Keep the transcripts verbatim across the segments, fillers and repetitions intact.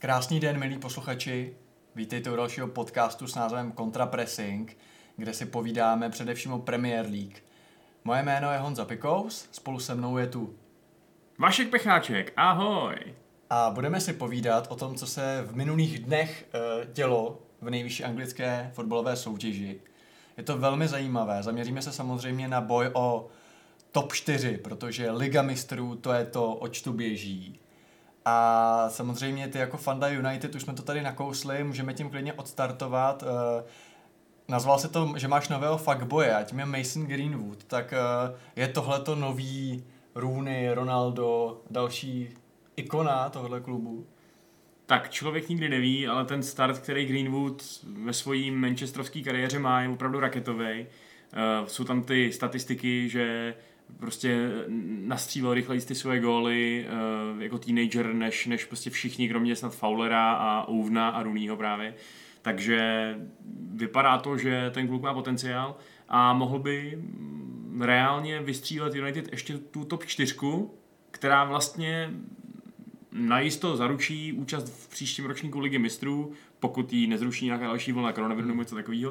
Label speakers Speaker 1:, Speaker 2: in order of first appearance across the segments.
Speaker 1: Krásný den, milí posluchači. Vítejte u dalšího podcastu s názvem Contrapressing, kde si povídáme především o Premier League. Moje jméno je Honza Pikous, spolu se mnou je tu
Speaker 2: Vašek Pecháček, ahoj!
Speaker 1: A budeme si povídat o tom, co se v minulých dnech uh, dělo v nejvyšší anglické fotbalové soutěži. Je to velmi zajímavé, zaměříme se samozřejmě na boj o top čtyři, protože Liga mistrů to je to, oč tu běží. A samozřejmě ty jako fanda United, už jsme to tady nakousli, můžeme tím klidně odstartovat. Nazval se to, že máš nového fuckboye a tím je Mason Greenwood, tak je tohleto nový Rooney, Ronaldo, další ikona tohohle klubu?
Speaker 2: Tak člověk nikdy neví, ale ten start, který Greenwood ve svojí manchesterovské kariéře má, je opravdu raketový. Jsou tam ty statistiky, že prostě nastřílel rychleji ty svoje góly uh, jako teenager, než, než prostě všichni, kromě snad Fowlera a Ovna a Rooneyho právě. Takže vypadá to, že ten kluk má potenciál a mohl by reálně vystřílet United ještě tu top čtyřku, která vlastně najisto zaručí účast v příštím ročníku Ligy mistrů, pokud ji nezruší nějaká další vlna koronaviru nebo něco takového.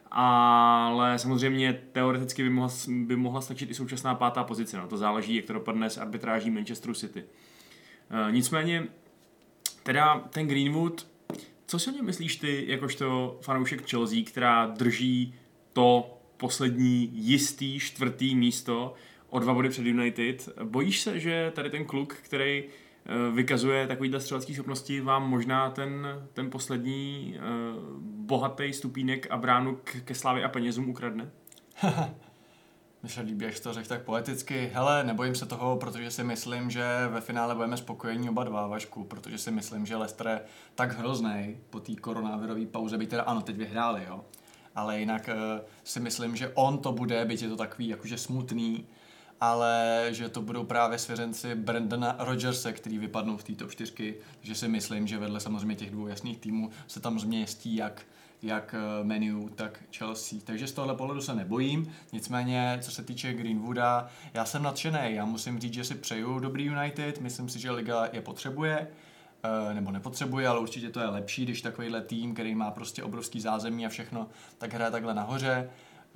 Speaker 2: Ale samozřejmě teoreticky by mohla, by mohla stačit i současná pátá pozice. No. To záleží, jak to dopadne s arbitráží Manchesteru City. E, nicméně, teda ten Greenwood, co si o něm myslíš ty, jakožto fanoušek Chelsea, která drží to poslední jistý čtvrtý místo o dva body před United? Bojíš se, že tady ten kluk, který vykazuje takovýhle střelecký schopnosti, vám možná ten, ten poslední uh, bohatý stupínek a bránu k, ke slávě a penězům ukradne?
Speaker 1: Mně se líbí, jak to řekl tak poeticky. Hele, nebojím se toho, protože si myslím, že ve finále budeme spokojení oba dva, Vašku, protože si myslím, že Leicester je tak hrozný po té koronavirové pauze, by teda ano, teď vyhráli, jo. Ale jinak uh, si myslím, že on to bude, byť je to takový jakože smutný, ale že to budou právě svěřenci Brendana Rodgerse, který vypadnou v té top čtyřky, takže si myslím, že vedle samozřejmě těch dvou jasných týmů se tam změstí jak, jak Man U, tak Chelsea. Takže z tohohle pohledu se nebojím, nicméně co se týče Greenwooda, já jsem nadšený, já musím říct, že si přeju dobrý United, myslím si, že liga je potřebuje, nebo nepotřebuje, ale určitě to je lepší, když takovýhle tým, který má prostě obrovský zázemí a všechno, tak hraje takhle nahoře.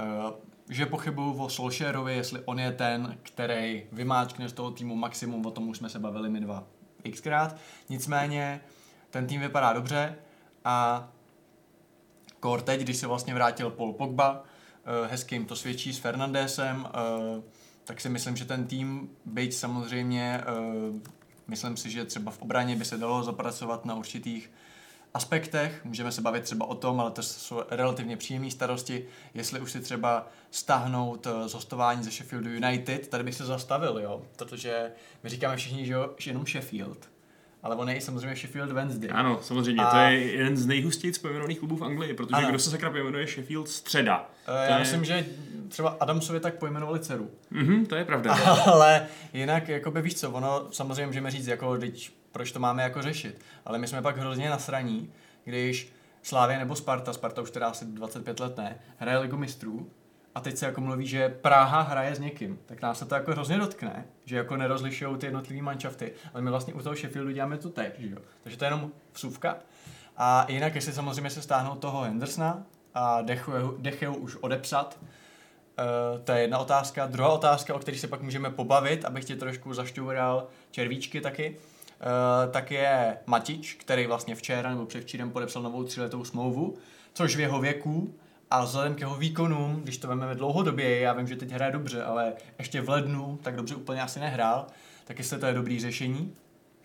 Speaker 1: Že pochybuju o Solskjaerovi, jestli on je ten, který vymáčkne z toho týmu maximum, o tom už jsme se bavili my dva xkrát. Nicméně ten tým vypadá dobře a kor teď, když se vlastně vrátil Paul Pogba, hezky jim to svědčí s Fernandesem, tak si myslím, že ten tým, byť samozřejmě, myslím si, že třeba v obraně by se dalo zapracovat na určitých aspektech, můžeme se bavit třeba o tom, ale to jsou relativně příjemné starosti, jestli už si třeba stáhnout z hostování ze Sheffieldu United, tady bych se zastavil, jo, protože my říkáme všichni, že, jo, že jenom Sheffield, ale on je i samozřejmě Sheffield Wednesday.
Speaker 2: Ano, samozřejmě, a... to je jeden z nejhustěji pojmenovaných klubů v Anglii, protože ano. Kdo se sakra pojmenuje Sheffield Středa.
Speaker 1: Uh, já je... myslím, že třeba Adamsovi tak pojmenovali dceru.
Speaker 2: Mhm, to je pravda.
Speaker 1: Ale jinak, jakoby víš co, ono samozřejmě můžeme říct, jako teď proč to máme jako řešit. Ale my jsme pak hrozně nasraní, když Slavia nebo Sparta, Sparta už teda asi dvacet pět let ne, hraje Ligu mistrů a teď se jako mluví, že Praha hraje s někým. Tak nás se to jako hrozně dotkne, že jako nerozlišujou ty jednotlivý manšafty, ale my vlastně u toho Sheffieldu děláme to teď, že jo. Takže to je jenom vsuvka. A jinak, jestli samozřejmě se stáhnou toho Hendersona a Decheu už odepsat, Uh, to je jedna otázka. Druhá otázka, o které se pak můžeme pobavit, abych tě trošku zašťoural červíčky taky, Uh, tak je Matič, který vlastně včera nebo předevčírem podepsal novou tříletou smlouvu, což v jeho věku a vzhledem k jeho výkonům, když to vezmeme dlouhodobě, já vím, že teď hraje dobře, ale ještě v lednu tak dobře úplně asi nehrál, tak jestli to je dobrý řešení.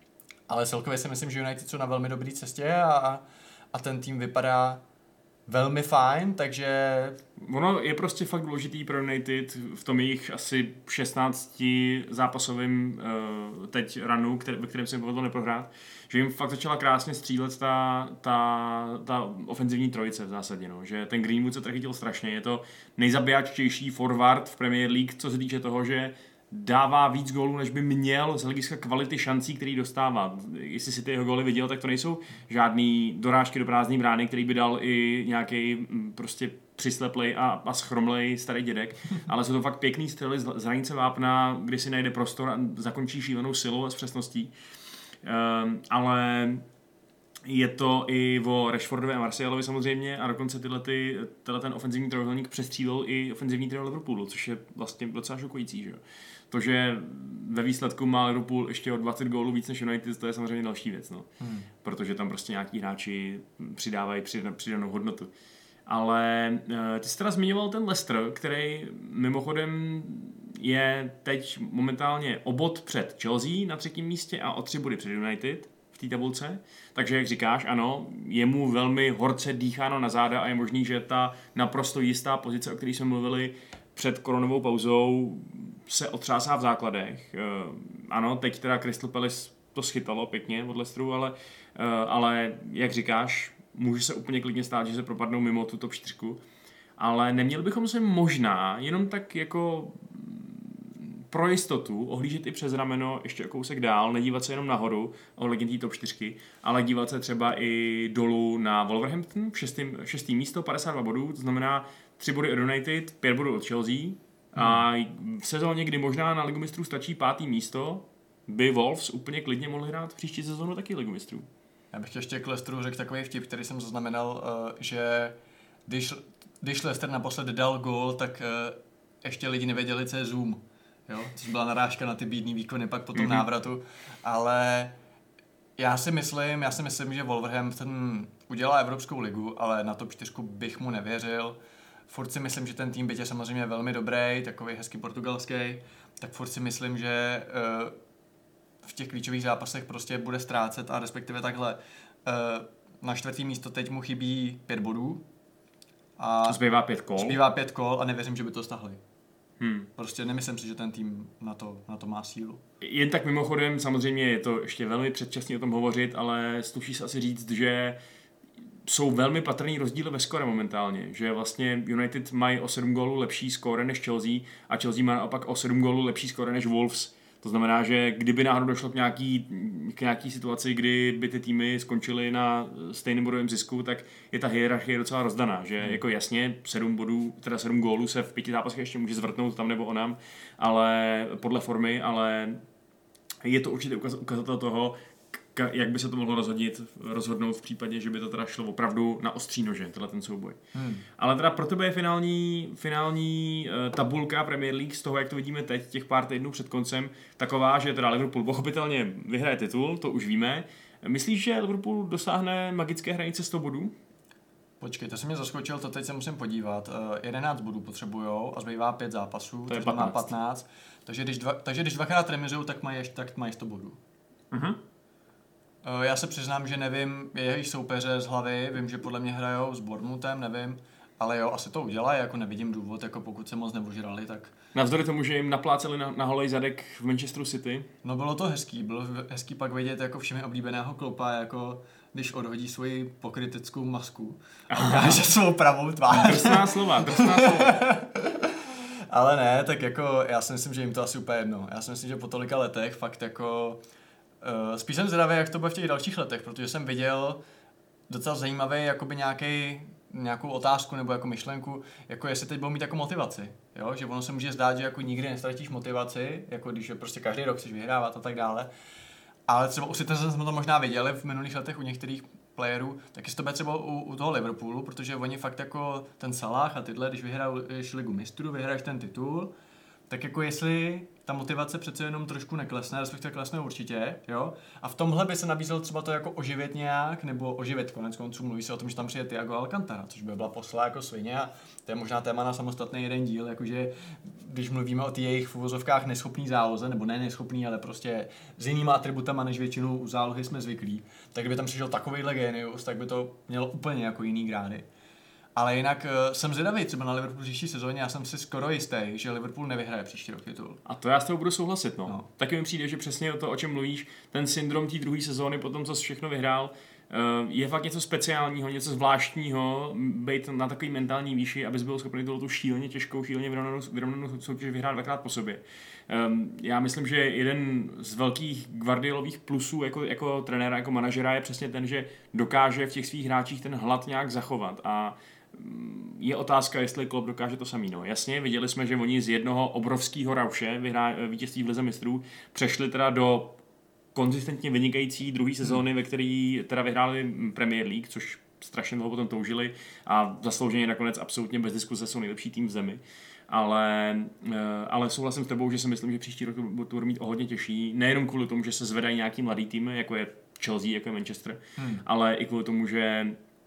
Speaker 1: Ale celkově si myslím, že United jsou na velmi dobré cestě a, a ten tým vypadá velmi fajn, takže...
Speaker 2: Ono je prostě fakt důležitý pro United v tom jejich asi šestnácti zápasovým uh, teď runu, který, ve kterém se jim povedlo neprohrát, že jim fakt začala krásně střílet ta, ta, ta ofenzivní trojice v zásadě, no. Že ten Greenwood se chytil strašně, je to nejzabijáčtější forward v Premier League, co se týče toho, že dává víc gólů, než by měl z hlediska kvality šancí, který dostává. Jestli si ty jeho góly viděl, tak to nejsou žádný dorážky do prázdné brány, který by dal i nějaký prostě přisleplej a, a schromlej starý dědek, ale jsou to fakt pěkný střely z hranice vápna, kdy si najde prostor a zakončí šílenou silou a s přesností. Um, ale je to i o Rashfordovi a Martialovi samozřejmě a dokonce tyhle ty, tyhle ten ofenzivní trojúhelník přestřílel i ofenzivní trio Liverpoolu, což je vlastně docela šokující, že jo. To, že ve výsledku má Liverpool ještě o dvacet gólů víc než United, to je samozřejmě další věc, no. Hmm. Protože tam prostě nějaký hráči přidávají přidanou hodnotu. Ale ty jsi teda zmiňoval ten Leicester, který mimochodem je teď momentálně o bod před Chelsea na třetím místě a o tři body před United v té tabulce. Takže jak říkáš, ano, je mu velmi horce dýcháno na záda a je možný, že ta naprosto jistá pozice, o které jsme mluvili před koronovou pauzou, se otřásá v základech. Ano, teď teda Crystal Palace to schytalo pěkně od Leicesteru, ale, ale jak říkáš, může se úplně klidně stát, že se propadnou mimo tu top čtyřku, ale neměli bychom se možná jenom tak jako pro jistotu ohlížet i přes rameno ještě o kousek dál, nedívat se jenom nahoru ohledně té top čtyřky, ale dívat se třeba i dolů na Wolverhampton, šestým, šestý místo, padesát dva bodů, to znamená tři body od United, pět bodů od Chelsea a v sezóně, kdy možná na Ligu mistrů stačí pátý místo, by Wolves úplně klidně mohli hrát v příští sezónu taky Ligu mistrů.
Speaker 1: Já bych ještě k Leicesteru řekl takový vtip, který jsem zaznamenal, že když, když Leicester naposled dal gól, tak ještě lidi nevěděli, co je Zoom. Jo? Což byla narážka na ty bídný výkony pak po tom mm-hmm. návratu. Ale já si myslím, já si myslím, že Wolverhampton udělá Evropskou ligu, ale na top čtyřku bych mu nevěřil. Furt si myslím, že ten tým, byť je samozřejmě velmi dobrý, takový hezký portugalský, tak furt si myslím, že v těch klíčových zápasech prostě bude ztrácet a respektive takhle. Na čtvrtý místo teď mu chybí pět bodů. A
Speaker 2: zbývá pět kol.
Speaker 1: Zbývá pět kol a nevěřím, že by to stahli.
Speaker 2: Hmm.
Speaker 1: Prostě nemyslím si, že ten tým na to, na to má sílu.
Speaker 2: Jen tak mimochodem, samozřejmě je to ještě velmi předčasně o tom hovořit, ale sluší se asi říct, že jsou velmi patrný rozdíly ve skore momentálně, že vlastně United mají o sedm gólů lepší skóre než Chelsea a Chelsea má naopak o sedm gólů lepší skóre než Wolves. To znamená, že kdyby náhodou došlo k nějaký, k nějaký situaci, kdy by ty týmy skončily na stejném bodovém zisku, tak je ta hierarchie docela rozdaná, že hmm. jako jasně sedm bodů, teda sedm gólů se v pěti zápasech ještě může zvrtnout tam nebo onam, ale podle formy, ale je to určitě ukazatel toho, jak by se to mohlo rozhodnit, rozhodnout v případě, že by to teda šlo opravdu na ostří nože, tenhle ten souboj. Hmm. Ale teda pro tebe je finální, finální uh, tabulka Premier League z toho, jak to vidíme teď, těch pár týdnů před koncem, taková, že teda Liverpool pochopitelně vyhraje titul, to už víme. Myslíš, že Liverpool dosáhne magické hranice sto bodů?
Speaker 1: Počkej, to se mě zaskočil, to teď se musím podívat. Uh, jedenáct bodů potřebujou a zbývá pět zápasů,
Speaker 2: to je
Speaker 1: patnáct. Má patnáct. Takže když, dva, takže když dvakrát remizujou, tak mají, tak mají sto bodů. Uh-huh. Já se přiznám, že nevím jejich soupeře z hlavy, vím, že podle mě hrajou s Bournemouthem, nevím, ale jo, asi to udělají, jako nevidím důvod, jako pokud se moc neožrali, tak...
Speaker 2: Navzdory tomu, že jim napláceli na, na holej zadek v Manchesteru City.
Speaker 1: No bylo to hezký, bylo hezký pak vidět jako všemi oblíbeného Kloppa, jako když odhodí svoji pokryteckou masku a ukáže svou pravou tvář.
Speaker 2: Drsná slova, drsná slova.
Speaker 1: Ale ne, tak jako já si myslím, že jim to asi úplně jedno. Já si myslím, že po tolika letech fakt jako... Uh, spíš jsem zvědavý, jak to bude v těch dalších letech, protože jsem viděl docela zajímavý jakoby nějaký, nějakou otázku nebo jako myšlenku, jako jestli teď budou mít jako motivaci, jo? Že ono se může zdát, že jako nikdy nestratíš motivaci, jako když prostě každý rok chceš vyhrávat a tak dále, ale třeba u Citizens jsme to možná viděli v minulých letech u některých playerů, tak jestli to bude třeba u, u toho Liverpoolu, protože oni fakt jako ten Salah a tyhle, když vyhraješ Ligu mistrů, vyhraješ ten titul, tak jako jestli ta motivace přece jenom trošku neklesne, respektive klesne určitě, jo? A v tomhle by se nabízelo třeba to jako oživit nějak, nebo oživit konec konců, mluví se o tom, že tam přijde Thiago Alcantara, což by byla posla jako svině a to je možná téma na samostatný jeden díl, jakože když mluvíme o těch jejich v uvozovkách neschopný záloze, nebo ne neschopný, ale prostě s jinýma atributama, než většinou u zálohy jsme zvyklí, tak kdyby tam přišel takovejhle genius, tak by to mělo úplně jako jiný grády. Ale jinak uh, jsem zvědavý třeba na Liverpool příští sezóně, já jsem si skoro jistý, že Liverpool nevyhraje příští rok titul.
Speaker 2: A to já s tebou budu souhlasit, no. no. Taky mi přijde, že přesně o to, o čem mluvíš, ten syndrom té druhé sezóny, potom co všechno vyhrál, uh, je fakt něco speciálního, něco zvláštního, být na takový mentální výši, abys byl schopný tu šíleně těžkou, šíleně vyrovnanou, vyrovnanou soutěž vyhrát dvakrát po sobě. Um, já myslím, že jeden z velkých Guardiolových plusů jako, jako trenéra, jako manažera je přesně ten, že dokáže v těch svých hráčích ten hlad nějak zachovat a je otázka, jestli Klopp dokáže to samý. No, jasně, viděli jsme, že oni z jednoho obrovského rauše vyhrá vítězství v Lize mistrů přešli teda do konzistentně vynikající druhý sezóny, hmm. ve který teda vyhráli Premier League, což strašně dlouho potom toužili a zaslouženě nakonec absolutně bez diskuse jsou nejlepší tým v zemi. Ale, ale souhlasím s tebou, že si myslím, že příští rok to budou mít o hodně těžší. Nejenom kvůli tomu, že se zvedají nějaký mladý týmy, jako je Chelsea, jako je Manchester, hmm. ale i kvůli tomu, že,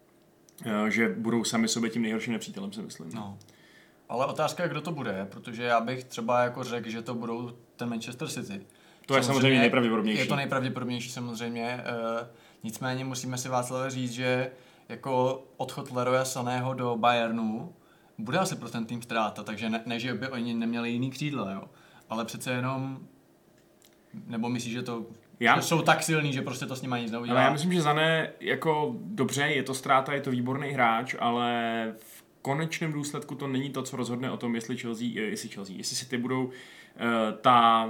Speaker 2: že budou sami sobě tím nejhorším nepřítelem, si myslím.
Speaker 1: No. Ale otázka je, kdo to bude, protože já bych třeba jako řekl, že to budou ten Manchester City.
Speaker 2: To je samozřejmě, samozřejmě nejpravděpodobnější.
Speaker 1: Je to nejpravděpodobnější samozřejmě. Uh, nicméně musíme si Václave říct, že jako odchod Leroya Saného do Bayernu bude asi pro ten tým ztráta, takže ne, ne že by oni neměli jiný křídla, jo. Ale přece jenom, nebo myslíš, že to já? Že jsou tak silný, že prostě to s nimi nic neudělá?
Speaker 2: Ale já myslím, že Sané jako dobře, je to ztráta, je to výborný hráč, ale v konečném důsledku to není to, co rozhodne o tom, jestli Chelsea, jestli Chelsea, jestli si ty budou uh, ta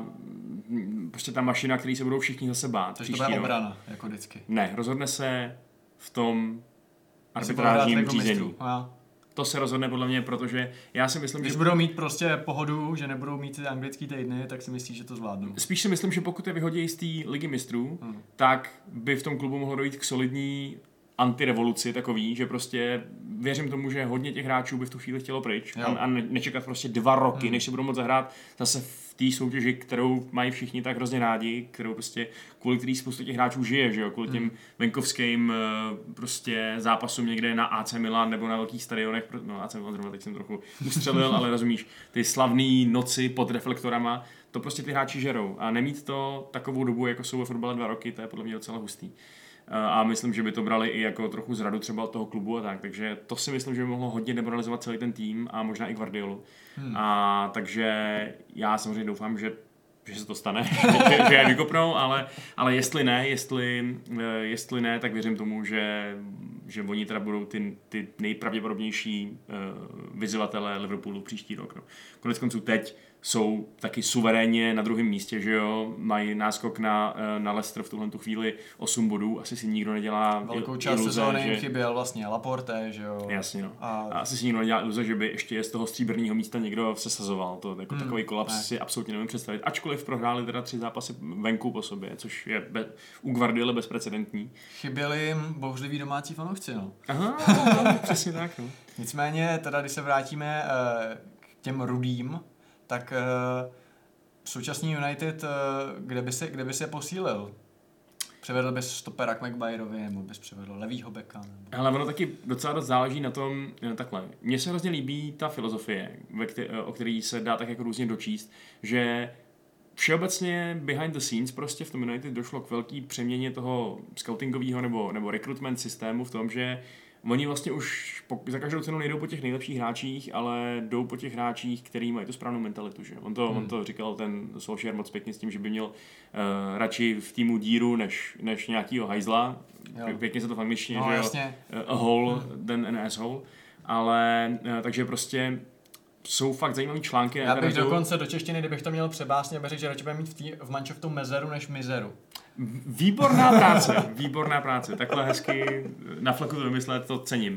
Speaker 2: prostě ta mašina, který se budou všichni zase bát.
Speaker 1: Takže to bude obrana, jako vždycky.
Speaker 2: Ne, rozhodne se v tom arbitrážním řízení. To se rozhodne podle mě, protože já si myslím,
Speaker 1: Když
Speaker 2: že...
Speaker 1: budou mít prostě pohodu, že nebudou mít ty anglický týdny, tak si myslíš, že to zvládnou.
Speaker 2: Spíš si myslím, že pokud je vyhodí z té ligy mistrů, hmm. tak by v tom klubu mohlo dojít k solidní antirevoluci takový, že prostě věřím tomu, že hodně těch hráčů by v tu chvíli chtělo pryč a, a nečekat prostě dva roky, hmm. než si budou moct zahrát zase v té soutěži, kterou mají všichni tak hrozně rádi, kterou prostě kvůli který spoustu těch hráčů žije, že jo, kvůli těm hmm. venkovským prostě zápasům někde na A C Milan nebo na velkých stadionech, no A C Milan zrovna teď jsem trochu ustřelil, ale rozumíš, ty slavné noci pod reflektorama, to prostě ty hráči žerou a nemít to takovou dobu, jako jsou ve fotbale dva roky, to je podle mě docela hustý. A myslím, že by to brali i jako trochu zradu třeba od toho klubu a tak, takže to si myslím, že by mohlo hodně demoralizovat celý ten tým a možná i Guardiolu. Hmm. A takže já samozřejmě doufám, že, že se to stane, že, že je vykopnou, ale, ale jestli ne, jestli, jestli ne, tak věřím tomu, že, že oni teda budou ty, ty nejpravděpodobnější uh, vyzývatelé Liverpoolu příští rok. No. Konec konců teď jsou taky suverénně na druhém místě, že jo, mají náskok na, na Leicester v tuhle tu chvíli osm bodů, asi si nikdo nedělá
Speaker 1: velkou část iluze, sezóny jim chyběl vlastně Laporte, že jo.
Speaker 2: Jasně, no. A... a asi si nikdo nedělá iluze, že by ještě z toho stříbrného místa někdo sesazoval, to jako hmm, takový kolaps ne. si absolutně nevím představit, ačkoliv prohráli teda tři zápasy venku po sobě, což je be, u Guardioli bezprecedentní.
Speaker 1: Chyběli jim bouřliví domácí fanoušci, no.
Speaker 2: Aha, no, přesně tak, no.
Speaker 1: Nicméně, teda když se vrátíme uh, k těm rudým, tak uh, současný United, uh, kde, by se, kde by se posílil? Převedl bys stopera k McBayerovi, nebo bys převedl levýho beka? Nebo...
Speaker 2: Ale ono taky docela dost záleží na tom, no, takhle. Mně se hrozně líbí ta filozofie, ve kte- o který se dá tak jako různě dočíst, že všeobecně behind the scenes prostě v tom United došlo k velký přeměně toho scoutingového nebo, nebo recruitment systému v tom, že oni vlastně už po, za každou cenu nejdou po těch nejlepších hráčích, ale jdou po těch hráčích, který mají tu správnou mentalitu. Že? On, to, hmm. on to říkal ten Solskjaer moc pěkně s tím, že by měl uh, radši v týmu díru než, než nějakýho hajzla. Jo. Pěkně se to v angličtině, no, že jo? A hole hmm. than an asshole. Ale uh, takže prostě jsou fakt zajímavý články.
Speaker 1: Já bych dokonce do češtiny, kdybych to měl přebásně, bych řekl, že radši bude mít v, tý, v manšaftu mezeru než mizeru.
Speaker 2: Výborná práce, výborná práce. Takhle hezky na fleku to vymyslet, to cením.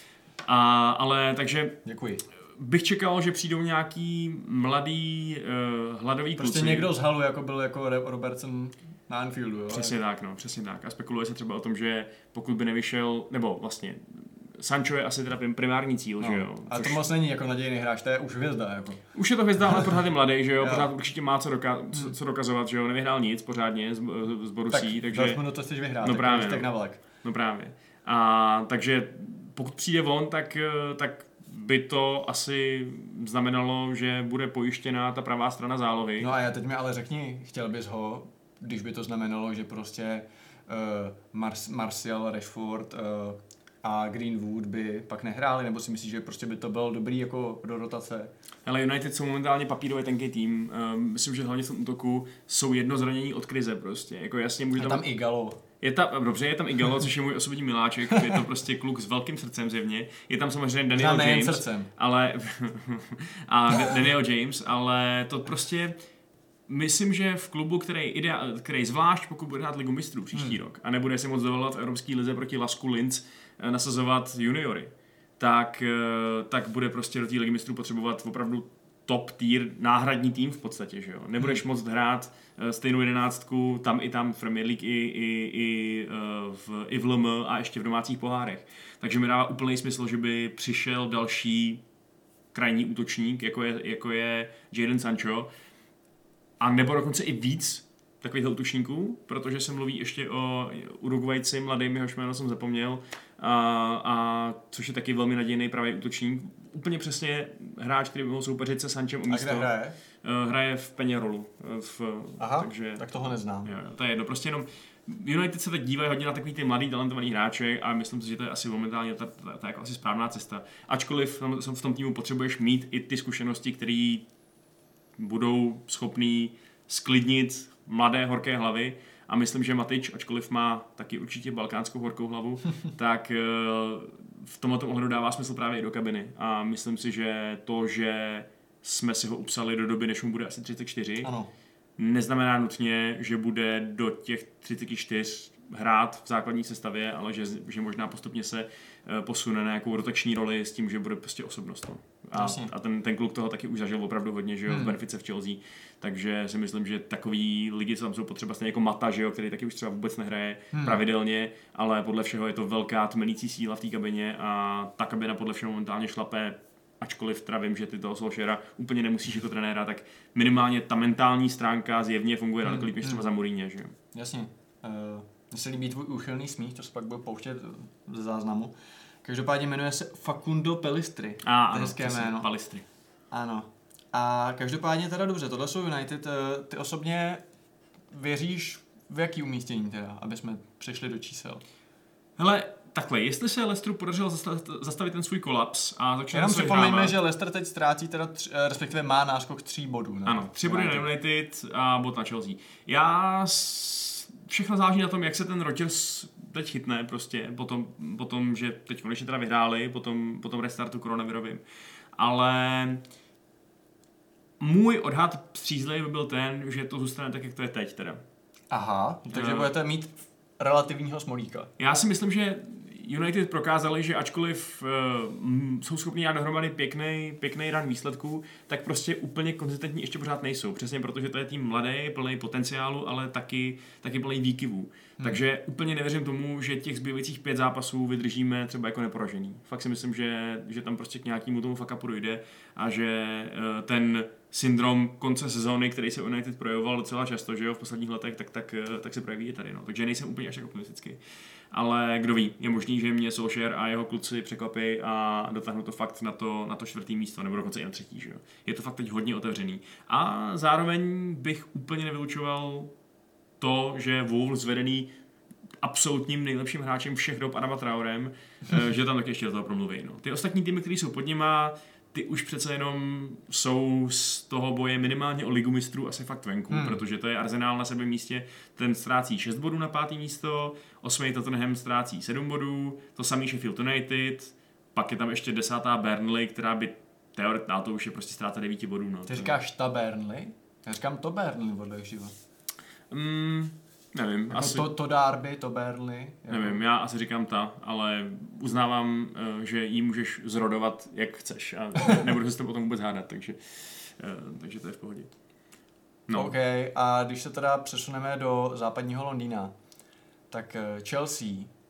Speaker 2: A, ale takže
Speaker 1: děkuji.
Speaker 2: Bych čekal, že přijdou nějaký mladý uh, hladový
Speaker 1: prostě kluci. Někdo z Halu, jako byl jako Robertson na Anfieldu. Jo?
Speaker 2: Přesně tak, no, přesně tak. A spekuluje se třeba o tom, že pokud by nevyšel, nebo vlastně Sancho je asi teda primární cíl, no, že jo.
Speaker 1: A což... to moc není jako nadějný hráč, to je už hvězda, jako.
Speaker 2: Už je to hvězda, ale pořád je mladý, že jo, pořád určitě má co, doka- co, co dokazovat, že jo, nevyhrál nic pořádně z, z Borussí,
Speaker 1: tak,
Speaker 2: takže...
Speaker 1: Tak to chceš vyhrát,
Speaker 2: no
Speaker 1: tak
Speaker 2: právě,
Speaker 1: tak na vlak.
Speaker 2: No právě. A takže pokud přijde on, tak, tak by to asi znamenalo, že bude pojištěná ta pravá strana zálohy.
Speaker 1: No a já teď mi ale řekni, chtěl bys ho, když by to znamenalo, že prostě uh, Mar- Martial, Rashford uh, a Greenwood by pak nehráli, nebo si myslíš, že prostě by to bylo dobrý jako do rotace?
Speaker 2: Ale United jsou momentálně papírově tenký tým. Um, myslím, že hlavně v tom útoku jsou jedno zranění od krize prostě. Jako jasně může
Speaker 1: tam...
Speaker 2: tam...
Speaker 1: tam Igalo.
Speaker 2: Je tam, dobře, je tam Igalo, což je můj osobní miláček, je to prostě kluk s velkým srdcem zjevně. Je tam samozřejmě Daniel
Speaker 1: Znám
Speaker 2: James,
Speaker 1: srdcem.
Speaker 2: ale a Daniel James, ale to prostě myslím, že v klubu, který, idea, který zvlášť pokud bude hrát Ligu mistrů příští hmm. rok a nebude si moc dovolat v Evropské lize proti Lasku Linz nasazovat juniory, tak, tak bude prostě do té Ligy mistrů potřebovat opravdu top tier náhradní tým v podstatě, že jo. Nebudeš hmm. moct hrát stejnou jedenáctku tam i tam v Premier League i, i, i, v, i v L M a ještě v domácích pohárech. Takže mi dává úplný smysl, že by přišel další krajní útočník, jako je, jako je Jadon Sancho, a nebo dokonce i víc takových útočníků, protože se mluví ještě o Uruguayci mladým, jehož jméno jsem zapomněl, a, a což je taky velmi nadějný pravý útočník. Úplně přesně hráč, který by mohl soupeřit se Sančem o místo.
Speaker 1: A kde hraje?
Speaker 2: Hraje v Peñarolu. V,
Speaker 1: Aha,
Speaker 2: takže,
Speaker 1: tak toho neznám.
Speaker 2: Jo, to je jedno, prostě jenom United se teď dívají hodně na takový ty mladý, talentovaný hráče a myslím si, že to je asi momentálně ta, ta, ta jako asi správná cesta. Ačkoliv v tom týmu potřebuješ mít i ty zkušenosti, které budou schopný sklidnit mladé horké hlavy, a myslím, že Matič, ačkoliv má taky určitě balkánskou horkou hlavu, tak v tomto ohledu dává smysl právě i do kabiny. A myslím si, že to, že jsme si ho upsali do doby, než mu bude asi třicet čtyři,
Speaker 1: ano.
Speaker 2: neznamená nutně, že bude do těch třicet čtyři hrát v základní sestavě, ale že, že možná postupně se posune na nějakou rotační roli s tím, že bude prostě osobnost. No. A, a ten, ten kluk toho taky už zažil opravdu hodně, že jo, hmm. v Benfice, v Chelsea, takže si myslím, že takový lidi, co tam jsou potřeba, stejně jako Mata, že jo, který taky už třeba vůbec nehraje hmm. pravidelně, ale podle všeho je to velká tmelící síla v té kabině a ta kabina podle všeho momentálně šlape, ačkoliv teda vím, že ty toho Solskjaera úplně nemusíš jako trenéra, tak minimálně ta mentální stránka zjevně funguje daleko líp než třeba za Mourinho, že jo.
Speaker 1: Jasně. Uh... Mně se líbí tvůj úchylný smích, to se pak bude pouštět ze záznamu. Každopádně jmenuje se Facundo Pellistri.
Speaker 2: A ano,
Speaker 1: hezké jméno.
Speaker 2: Pellistri.
Speaker 1: Ano. A každopádně teda dobře, tohle jsou United. Ty osobně věříš v jaký umístění teda, aby jsme přešli do čísel?
Speaker 2: Hele, takhle, jestli se Leicesteru podařilo zastavit, zastavit ten svůj kolaps a začne
Speaker 1: jenom připomeňme, že Leicester teď ztrácí teda tři, respektive má náskok tří bodů. Ne?
Speaker 2: Ano, tři body na United a bod na Chelsea. Já všechno záleží na tom, jak se ten Rodgers teď chytne prostě, potom, potom že teď konečně teda vyhráli, potom, potom restartu koronavirovým. Ale můj odhad střízlivý by byl ten, že to zůstane tak, jak to je teď teda.
Speaker 1: Aha, takže uh, budete mít relativního smolíka.
Speaker 2: Já si myslím, že United prokázali, že ačkoliv uh, jsou schopni dát dohromady pěkný, pěkný run výsledků, tak prostě úplně konzistentní ještě pořád nejsou. Přesně protože to je tým mladý, plný potenciálu, ale taky, taky plný výkyvů. Hmm. Takže úplně nevěřím tomu, že těch zbývajících pět zápasů vydržíme třeba jako neporažený. Fakt si myslím, že, že tam prostě k nějakému tomu fuck upu dojde a že uh, ten syndrom konce sezóny, který se United projevoval docela často, že jo, v posledních letech, tak, tak, tak se projeví i tady. No. Takže nejsem úplně až tak optimistický. Ale kdo ví, je možný, že mě Solskjaer a jeho kluci překvapí a dotáhnou to fakt na to, na to čtvrtý místo, nebo dokonce i na třetí. Že jo. Je to fakt teď hodně otevřený. A zároveň bych úplně nevylučoval to, že Wolves vedený absolutním nejlepším hráčem všech dob Adama Traorem, že tam taky ještě do toho promluví. No. Ty ostatní týmy, které jsou pod nima, ty už přece jenom jsou z toho boje minimálně o ligu mistrů asi fakt venku, hmm. protože to je Arsenal na sebém místě, ten ztrácí šest bodů na pátý místo, osmý Tottenham ztrácí sedm bodů, to samý Sheffield United, pak je tam ještě desátá Burnley, která by teoreticky, to už je prostě ztráta devíti bodů. No.
Speaker 1: Ty říkáš ta Burnley? Já říkám to Burnley podle jak živo.
Speaker 2: Mm, nevím.
Speaker 1: Jako
Speaker 2: asi...
Speaker 1: to, to Derby, to Burnley. Jako...
Speaker 2: Nevím, já asi říkám ta, ale uznávám, že jí můžeš zrodovat, jak chceš a nebudu se s tím potom vůbec hádat, takže, takže to je v pohodě.
Speaker 1: No. OK, a když se teda přesuneme do západního Londýna, tak Chelsea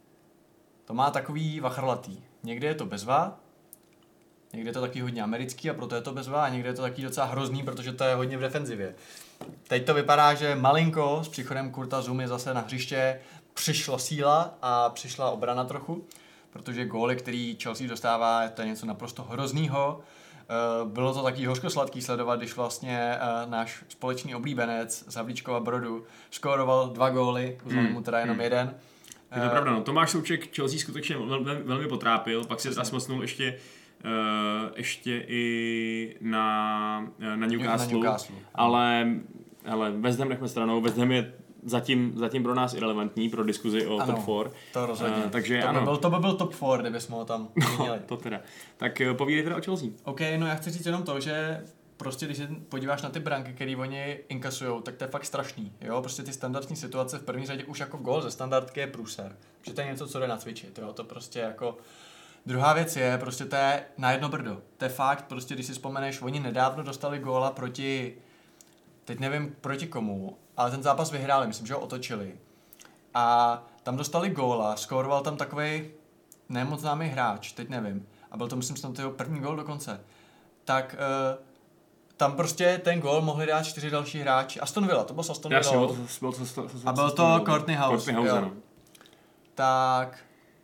Speaker 1: to má takový vachrlatý. Někde je to bezva, někde je to taky hodně americký a proto je to bezva a někde je to taky docela hrozný, protože to je hodně v defenzivě. Teď to vypadá, že malinko s příchodem Kurta Zumy zase na hřiště přišla síla a přišla obrana trochu, protože góly, který Chelsea dostává, to je něco naprosto hroznýho. Bylo to taky hořko-sladký sledovat, když vlastně náš společný oblíbenec z Havlíčkova Brodu skóroval dva góly, uznal mu teda jenom jeden.
Speaker 2: Je to pravda, no. Tomáš Souček Chelsea skutečně velmi, velmi potrápil, pak se zasmlsnul ještě Uh, ještě i na, na Newcastle, na Newcastle. ale, ale West Ham nechme stranou, West Ham je zatím, zatím pro nás irelevantní pro diskuzi o
Speaker 1: ano,
Speaker 2: top čtyři.
Speaker 1: To rozhodně. Uh, takže
Speaker 2: to,
Speaker 1: ano.
Speaker 2: By
Speaker 1: byl, to by byl top čtyři, kdybychom ho tam měli.
Speaker 2: No, to teda. Tak povídej teda o Chelsea.
Speaker 1: OK, no já chci říct jenom to, že prostě když se podíváš na ty branky, které oni inkasujou, tak to je fakt strašný. Jo? Prostě ty standardní situace v první řadě už jako gól ze standardky je průser. Že to je něco, co jde nacvičit. Jo? To prostě jako Druhá věc je, prostě to je na jedno brdo. To je fakt, prostě když si vzpomeneš, oni nedávno dostali góla proti, teď nevím proti komu, ale ten zápas vyhráli, myslím, že ho otočili. A tam dostali góla, skóroval tam takovej nemoc známý hráč, teď nevím. A byl to, myslím, snad jeho první gól dokonce. Tak uh, tam prostě ten gól mohli dát čtyři další hráči. Aston Villa, to byl Aston Villa.
Speaker 2: Jasně, byl to, byl to, to, to,
Speaker 1: a byl to Courtney House.
Speaker 2: Courtney House, no.
Speaker 1: Tak...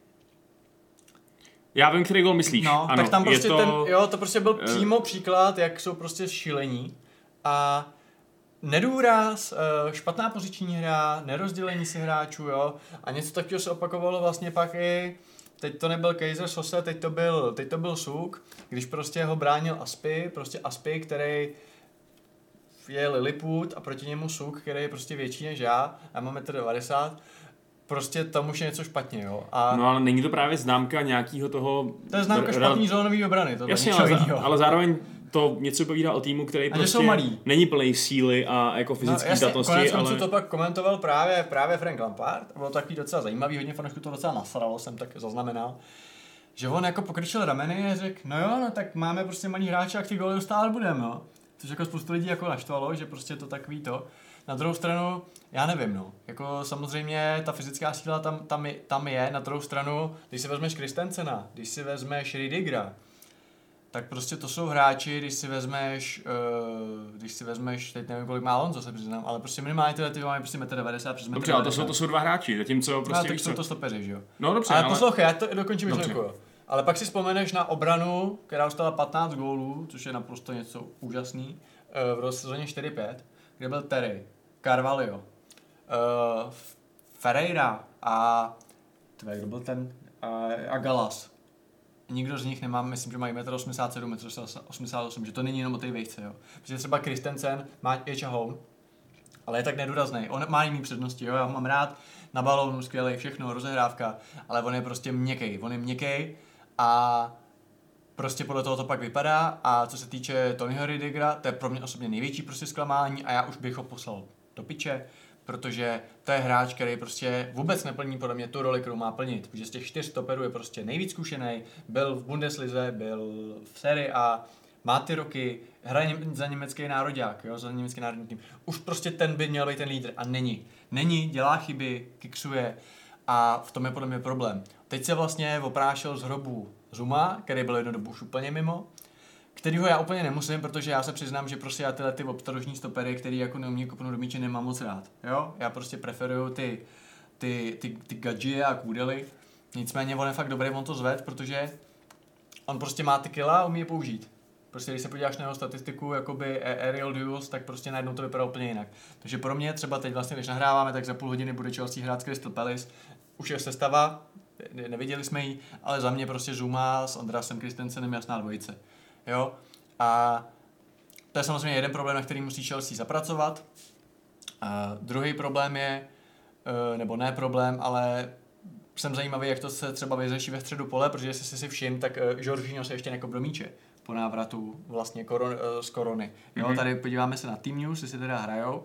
Speaker 2: Já vím, který gól myslíš.
Speaker 1: No,
Speaker 2: ano,
Speaker 1: tak tam prostě
Speaker 2: to,
Speaker 1: ten, jo, to prostě byl
Speaker 2: uh,
Speaker 1: přímo příklad, jak jsou prostě šílení. A nedůraz, špatná poziční hra, nerozdělení si hráčů, jo. A něco takového se opakovalo vlastně pak i, teď to nebyl Kaiser Sose, teď to byl, teď to byl Suk, když prostě ho bránil Aspy, prostě Aspy, který je Lilliput a proti němu Suk, který je prostě větší než já, já mám metr devadesát, prostě tam už je něco špatně, jo. A
Speaker 2: no ale není to právě známka nějakého toho...
Speaker 1: To je známka špatný zónový obrany, to
Speaker 2: jasně, ale, za, ale zároveň to něco povídá o týmu, který
Speaker 1: a
Speaker 2: prostě není plný síly a jako fyzické
Speaker 1: no,
Speaker 2: zdatnosti.
Speaker 1: Konec
Speaker 2: ale...
Speaker 1: to pak komentoval právě, právě Frank Lampard, bylo takový docela zajímavý, hodně fanoušků to docela nasralo, jsem tak zaznamenal, že on jako pokryčil rameny a řekl, no jo, no tak máme prostě malý hráče a ty góly dostávat budeme, no. Což jako spoustu lidí jako naštvalo, že prostě to takový to. Na druhou stranu, já nevím, no. Jako samozřejmě ta fyzická síla tam, tam, je, tam je, na druhou stranu, když si vezmeš Christensena, když si vezmeš Rüdigera, tak prostě to jsou hráči, když si vezmeš, uh, když si vezmeš, teď nevím, kolik má Alonso, se přiznám, ale prostě minimálně tyhle ty máme prostě metr devadesát přes metr
Speaker 2: dobře, ale to jsou, to jsou dva hráči, zatímco prostě...
Speaker 1: No, tak jsou to stopeři, že jo?
Speaker 2: No dobře,
Speaker 1: ale...
Speaker 2: ale...
Speaker 1: poslouchej, já to dokončím myšlenku, jo. Ale pak si vzpomeneš na obranu, která dostala patnáct gólů, což je naprosto něco úžasný, uh, v sezóně čtyři pět, kde byl Terry, Carvalho, uh, Ferreira a... Tvé, kdo byl ten? Uh, a Galas. Nikdo z nich nemá, myslím, že mají metr osmdesát sedm, metr osmdesát osm, že to není jenom o té vejce, jo. Protože třeba Christensen má Ečahol, ale je tak nedůrazný. On má jiný přednosti, jo. Já ho mám rád na balónu, skvělej, všechno, rozehrávka, ale on je prostě měkkej. On je měkkej a prostě podle toho to pak vypadá. A co se týče Tonyho Rüdigera, to je pro mě osobně největší prostě zklamání a já už bych ho poslal do piče, protože to je hráč, který prostě vůbec neplní podle mě tu roli, kterou má plnit. Protože z těch čtyř stoperů je prostě nejvíc zkušený, byl v Bundeslize, byl v Serie A, má ty roky, hraje za německý nároďák, jo, za německý národní tým. Už prostě ten by měl být ten lídr a není. Není, dělá chyby, kiksuje a v tom je podle mě problém. Teď se vlastně oprášil z hrobu Zuma, který byl jednu dobu už úplně mimo, kterýho já úplně nemusím, protože já se přiznám, že prostě já tyhle ty obstarožní stopery, který jako neumí kopnout do míče, nemám moc rád. Jo? Já prostě preferuju ty, ty, ty, ty gadžie a kůdely. Nicméně on je fakt dobrý, on to zved, protože on prostě má ty kila a umí je použít. Prostě když se podíváš na jeho statistiku, jakoby aerial duels, tak prostě najednou to vypadá úplně jinak. Takže pro mě třeba teď vlastně, když nahráváme, tak za půl hodiny bude Chelsea hrát s Crystal Palace. Už je sestava, neviděli jsme ji, ale za mě prostě Zuma s Andreasem Christensenem jasná dvojice. Jo? A to je samozřejmě jeden problém, na který musí Chelsea zapracovat. A druhý problém je, nebo ne problém, ale jsem zajímavý, jak to se třeba vyřeší ve středu pole, protože jestli jsi si všim, tak Jorginho se ještě nekop do míče po návratu vlastně koron, z korony. Jo? Mm-hmm. Tady podíváme se na Team News, jestli teda hrajou.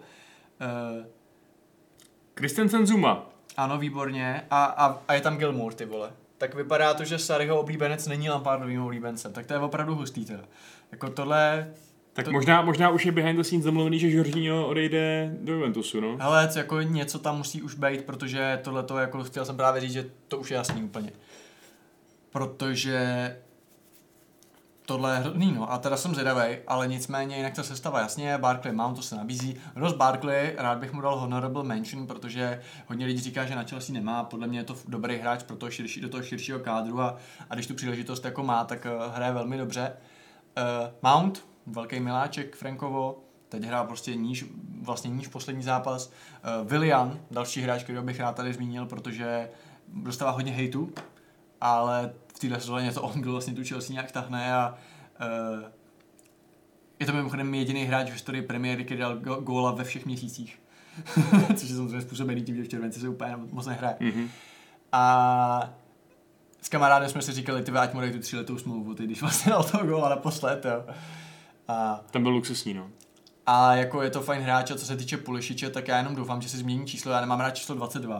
Speaker 2: Christensen Zuma.
Speaker 1: Ano, výborně. A, a, a je tam Gilmour, ty vole. Tak vypadá to, že Sarriho oblíbenec není Lampardovým oblíbencem. Tak to je opravdu hustý teda. Jako tohle...
Speaker 2: Tak
Speaker 1: to...
Speaker 2: možná, možná už je behind the scenes domluvený, že Jorginho odejde do Juventusu, no?
Speaker 1: Hele, jako něco tam musí už být, protože tohleto, jako chtěl jsem právě říct, že to už je jasný úplně. Protože tohle je hrozný, no. A teda jsem zvědavej, ale nicméně jinak ta sestava jasně, Barkley Mount, to se nabízí. Ross Barkley, rád bych mu dal honorable mention, protože hodně lidí říká, že na Chelsea nemá, podle mě je to dobrý hráč pro toho širší, do toho širšího kádru a, a když tu příležitost jako má, tak uh, hraje velmi dobře. Uh, Mount, velký miláček Frankovo, teď hrál prostě níž, vlastně níž poslední zápas. Uh, Willian, další hráč, kterého bych rád tady zmínil, protože dostává hodně hejtu, ale v téhle sezóně to on, kdo vlastně tu Chelsea nějak tahne a uh, je to mimochodem jediný hráč v historii premiéry, který dal go- góla ve všech měsících. Což je samozřejmě způsobený tím, že v červenci se úplně moc nehraje. Mm-hmm. A s kamarádem jsme si říkali, ty ať mu dej tu tříletou smlouvu, ty, když vlastně dal toho góla naposled, jo. A
Speaker 2: ten byl luxusní, no.
Speaker 1: A jako je to fajn hráč, a co se týče Pulišiče, tak já jenom doufám, že si změní číslo, já nemám rád číslo dvacet dva.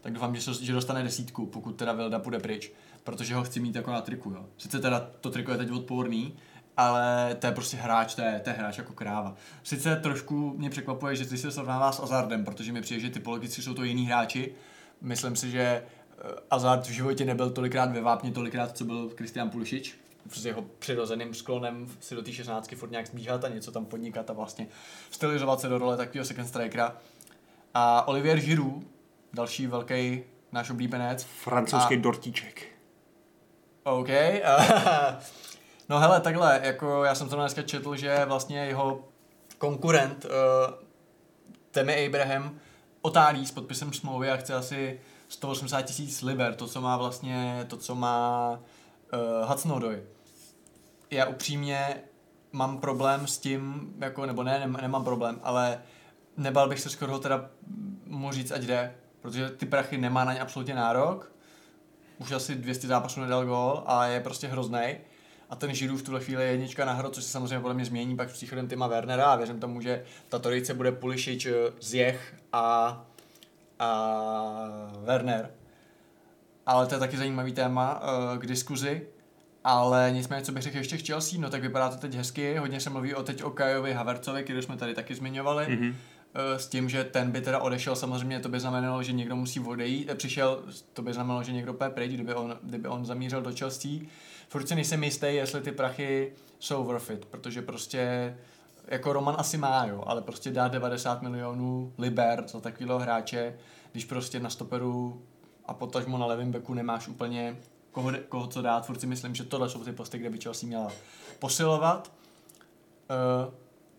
Speaker 1: tak doufám, že, že dostane desítku, pokud teda Vilda půjde pryč, protože ho chci mít jako na triku, jo. Sice teda to triko je teď odporný, ale to je prostě hráč, to je, to je hráč jako kráva. Sice trošku mě překvapuje, že ty se srovnává s Hazardem, protože mi přijde, že typologicky jsou to jiní hráči. Myslím si, že Hazard v životě nebyl tolikrát ve vápni, tolikrát, co byl Christian Pulisic. S jeho přirozeným sklonem si do té šestnáctky furt nějak zbíhat a něco tam podnikat a vlastně stylizovat se do role takového second strikera. A Olivier Giroud, další velký náš oblíbenec.
Speaker 2: Francouzský a... dortíček.
Speaker 1: OK. No hele, takhle, jako já jsem to dneska četl, že vlastně jeho konkurent uh, Tammy Abraham otálí s podpisem smlouvy a chce asi sto osmdesát tisíc liber, to, co má vlastně, to, co má uh, Hudson-Odoi. Já upřímně mám problém s tím, jako, nebo ne, ne, nemám problém, ale nebal bych se skoro teda mu říct, ať jde, protože ty prachy nemá na ně absolutně nárok, už asi dvě stě zápasů nedal gól a je prostě hroznej. A ten Giroud v tuhle chvíli je jednička na hru, což se samozřejmě podle mě změní pak s příchodem Tima Wernera a věřím tomu, že ta trojice bude Pulisic, Ziyech a, a Werner. Ale to je taky zajímavý téma uh, k diskuzi. Ale nicméně, co bych řekl ještě k Chelsea, no tak vypadá to teď hezky, hodně se mluví o teď o Kajovi Havertzovi, který jsme tady taky zmiňovali, mm-hmm. s tím, že ten by teda odešel, samozřejmě to by znamenalo, že někdo musí odejít, přišel, to by znamenalo, že někdo půjde pryč, kdyby on, kdyby on zamířil do Chelsea. Furt si nejsem jistý, jestli ty prachy jsou worth it, protože prostě jako Roman asi má, jo, ale prostě dá devadesát milionů liber za takovýhle hráče, když prostě na stoperu a potažmo na levém beku nemáš úplně Koho, koho co dát, furt si myslím, že tohle jsou ty posty, kde by Chelsea měla posilovat. Uh,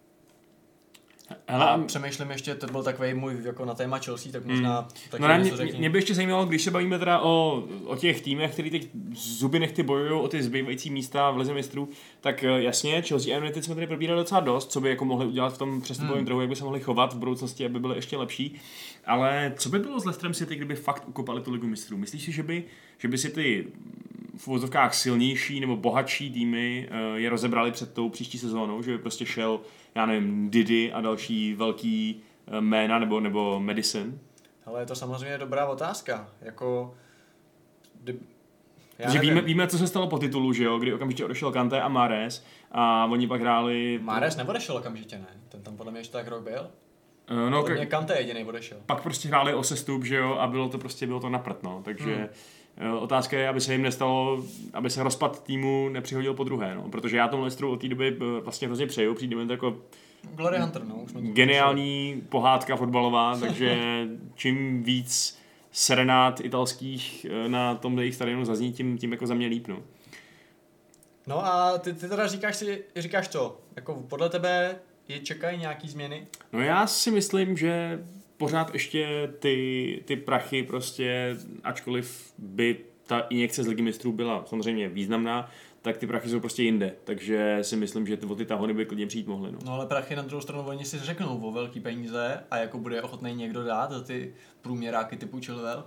Speaker 1: a přemýšlím ještě, to byl takový můj jako na téma Chelsea, tak možná hmm. taky
Speaker 2: no,
Speaker 1: něco
Speaker 2: řekni. Mě by ještě zajímalo, když se bavíme teda o, o těch týmech, který teď zuby nechty bojují o ty zbývající místa v lize mistrů, tak jasně, Chelsea a United jsme tady probírali docela dost, co by jako mohli udělat v tom přestupovém hmm. trhu, jak by se mohli chovat v budoucnosti, aby byly ještě lepší. Ale co by bylo s Leicesterem City, kdyby fakt ukopali tu ligu mistrů? Myslíš si, že by, že by si ty v uvozovkách silnější nebo bohatší týmy uh, je rozebrali před tou příští sezónou, že by prostě šel, já nevím, Didi a další velký uh, jména nebo, nebo Madison?
Speaker 1: Ale je to samozřejmě dobrá otázka. Jako... Kdy...
Speaker 2: Že víme, víme, co se stalo po titulu, že jo, kdy okamžitě odešel Kanté a Mahrez a oni pak hráli...
Speaker 1: Mahrez neodešel okamžitě, ne? Ten tam podle mě ještě tak rok byl.
Speaker 2: Uh, no,
Speaker 1: podle mě Kanté jedinej odešel.
Speaker 2: Pak prostě hráli o sestup, že jo, a bylo to prostě, bylo to na prd, no, takže... Hmm. Otázka je, aby se jim nestalo, aby se rozpad týmu nepřihodil po druhé, no, protože já tomu Leicesteru od té doby vlastně hrozně přeju, přijde mi to jako
Speaker 1: Glory Hunter, no, už
Speaker 2: geniální pohádka fotbalová, takže čím víc serenád italských na tom jejich stadionu zazní, tím, tím jako za mě líp, no.
Speaker 1: No a ty, ty teda říkáš si, říkáš co, jako podle tebe je čekají nějaký změny?
Speaker 2: No já si myslím, že pořád ještě ty, ty prachy prostě, ačkoliv by ta injekce z Ligy mistrů byla samozřejmě významná, tak ty prachy jsou prostě jinde. Takže si myslím, že ty, o ty tahony by klidně přijít mohly. No.
Speaker 1: no ale prachy na druhou stranu oni si řeknou o velký peníze a jako bude ochotný někdo dát za ty průměráky typu Chilwell.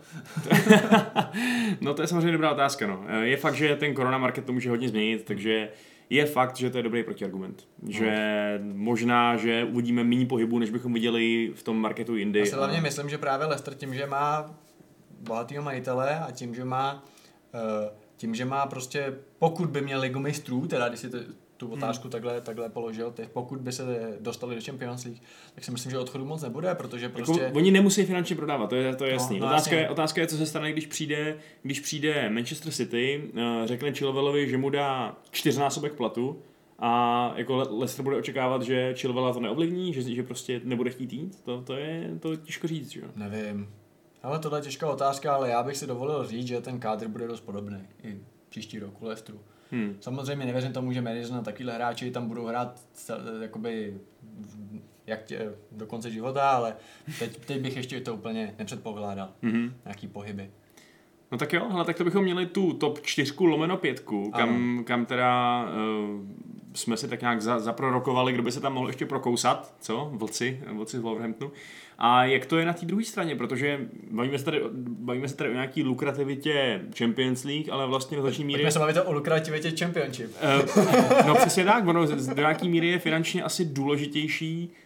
Speaker 2: No to je samozřejmě dobrá otázka. No. Je fakt, že ten korona market to může hodně změnit, takže je fakt, že to je dobrý protiargument. No. Že možná, že uvidíme méně pohybu, než bychom viděli v tom marketu jindy.
Speaker 1: Já si hlavně a... myslím, že právě Leicester tím, že má bohatýho majitele a tím, že má uh, tím, že má prostě, pokud by měl Ligu mistrů, teda když si to, tu otázku hmm. takhle, takhle položil, tak pokud by se dostali do Champions League, tak si myslím, že odchodu moc nebude, protože prostě...
Speaker 2: Jako, oni nemusí finančně prodávat, to je, to je jasný.
Speaker 1: No, no,
Speaker 2: otázka, je, otázka je, co se stane, když přijde, když přijde Manchester City, uh, řekne Chilwellovi, že mu dá čtyřnásobek platu a jako Leicester bude očekávat, že Chilwella to neovlivní, že, že prostě nebude chtít jít, to, to je to těžko říct, že jo?
Speaker 1: Nevím. Ale tohle je těžká otázka, ale já bych si dovolil říct, že ten kádr bude dost podobný i příští rok u Leicesteru. Hmm. Samozřejmě nevěřím tomu, že Madison a takovýhle hráči tam budou hrát jakoby jak tě, do konce života, ale teď, teď bych ještě to úplně nepředpokládal. Hmm. Nějaký pohyby.
Speaker 2: No tak jo, hele, tak to bychom měli tu top čtyřku lomeno pětku, kam, kam teda uh, jsme si tak nějak za, zaprorokovali, kdo by se tam mohl ještě prokousat, co? Vlci, vlci z Wolverhamptonu. A jak to je na té druhé straně, protože bavíme se tady, bavíme se tady o nějaký lukrativitě Champions League, ale vlastně do značné míry...
Speaker 1: Pojďme se bavit o lukrativitě Championship.
Speaker 2: Uh, no přesně tak, ono do nějaké míry je finančně asi důležitější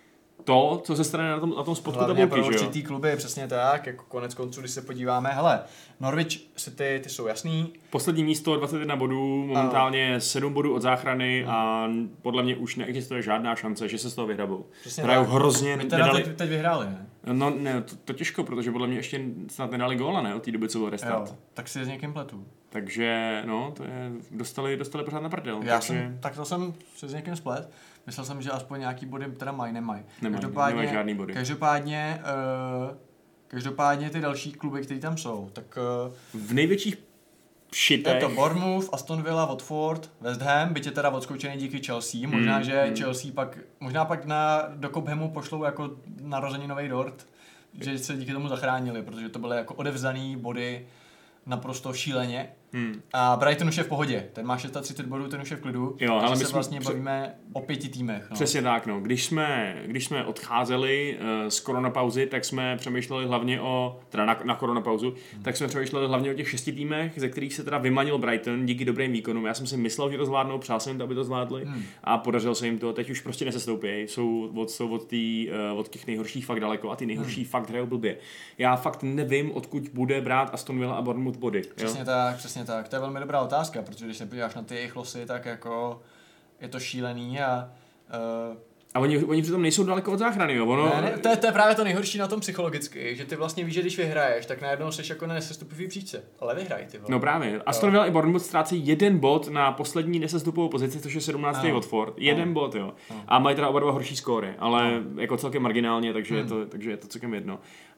Speaker 2: to, co se stane na tom, na tom spodku
Speaker 1: hlavně
Speaker 2: tabulky,
Speaker 1: pro
Speaker 2: že jo?
Speaker 1: určitý kluby, přesně tak, jako konec konců, když se podíváme, hele, Norwich City, ty jsou jasný.
Speaker 2: Poslední místo, dvacet jedna bodů, momentálně sedm bodů od záchrany a podle mě už neexistuje žádná šance, že se z toho vyhrabou. Hrajou hrozně.
Speaker 1: My teda nedali... teď, teď vyhráli, ne?
Speaker 2: No ne, to, to těžko, protože podle mě ještě snad nedali góla, ne, od té doby, co byl restart.
Speaker 1: Jo, tak si s někým pletu.
Speaker 2: Takže, no, to je, dostali, dostali pořád na prdel.
Speaker 1: Já
Speaker 2: takže...
Speaker 1: jsem, tak to jsem se s někým splet. Myslel jsem, že aspoň nějaký body teda mají, nemají.
Speaker 2: Nemají,
Speaker 1: každopádně,
Speaker 2: nemají žádný body.
Speaker 1: Každopádně, uh, každopádně ty další kluby, které tam jsou, tak... Uh,
Speaker 2: v největších šitech.
Speaker 1: Je to Bournemouth, Aston Villa, Watford, West Ham, byť je teda odskoučený díky Chelsea. Možná,
Speaker 2: hmm,
Speaker 1: že
Speaker 2: hmm.
Speaker 1: Chelsea pak, možná pak na, do Cobhamu pošlou jako narozeninový dort, že se díky tomu zachránili, protože to byly jako odevzdaný body naprosto šíleně. Hmm. A Brighton už je v pohodě, ten má třicet šest bodů, ten už je v klidu, jo, ale my se vlastně pře- bavíme o pěti týmech. No.
Speaker 2: Přesně tak, no. Když jsme, když jsme odcházeli uh, z koronapauzy, tak jsme přemýšleli hlavně o, teda na, na koronapauzu, hmm. tak jsme přemýšleli hlavně o těch šesti týmech, ze kterých se teda vymanil Brighton díky dobrým výkonům. Já jsem si myslel, že to zvládnou, přál jsem jim to, aby to zvládli hmm. a podařilo se jim to, teď už prostě nesestoupí, jsou od, jsou od, tý, uh, od těch nejhorších fakt daleko a ty nejhorší hmm. fakt hrajou blbě. Já fakt nevím, odkud bude brát Aston Villa a Bournemouth body.
Speaker 1: Přesně
Speaker 2: jo?
Speaker 1: tak, přesně tak, to je velmi dobrá otázka, protože když se podíváš na ty jejich losy, tak jako je to šílený a... Uh,
Speaker 2: a oni, oni přitom nejsou daleko od záchrany, jo? Ono...
Speaker 1: Ne, ne, to, je, to je právě to nejhorší na tom psychologicky, že ty vlastně víš, že když vyhraješ, tak najednou jsi jako na nesestupivý příčce, ale vyhraj ty.
Speaker 2: No právě, Aston Villa i Bournemouth ztrácí jeden bod na poslední nesestupovou pozici, což je sedmnáctý Watford, jeden ano. bod, jo. Ano. A mají teda oba dva horší skóry, ale ano. jako celkem marginálně, takže, hmm. je to, takže je to celkem jedno.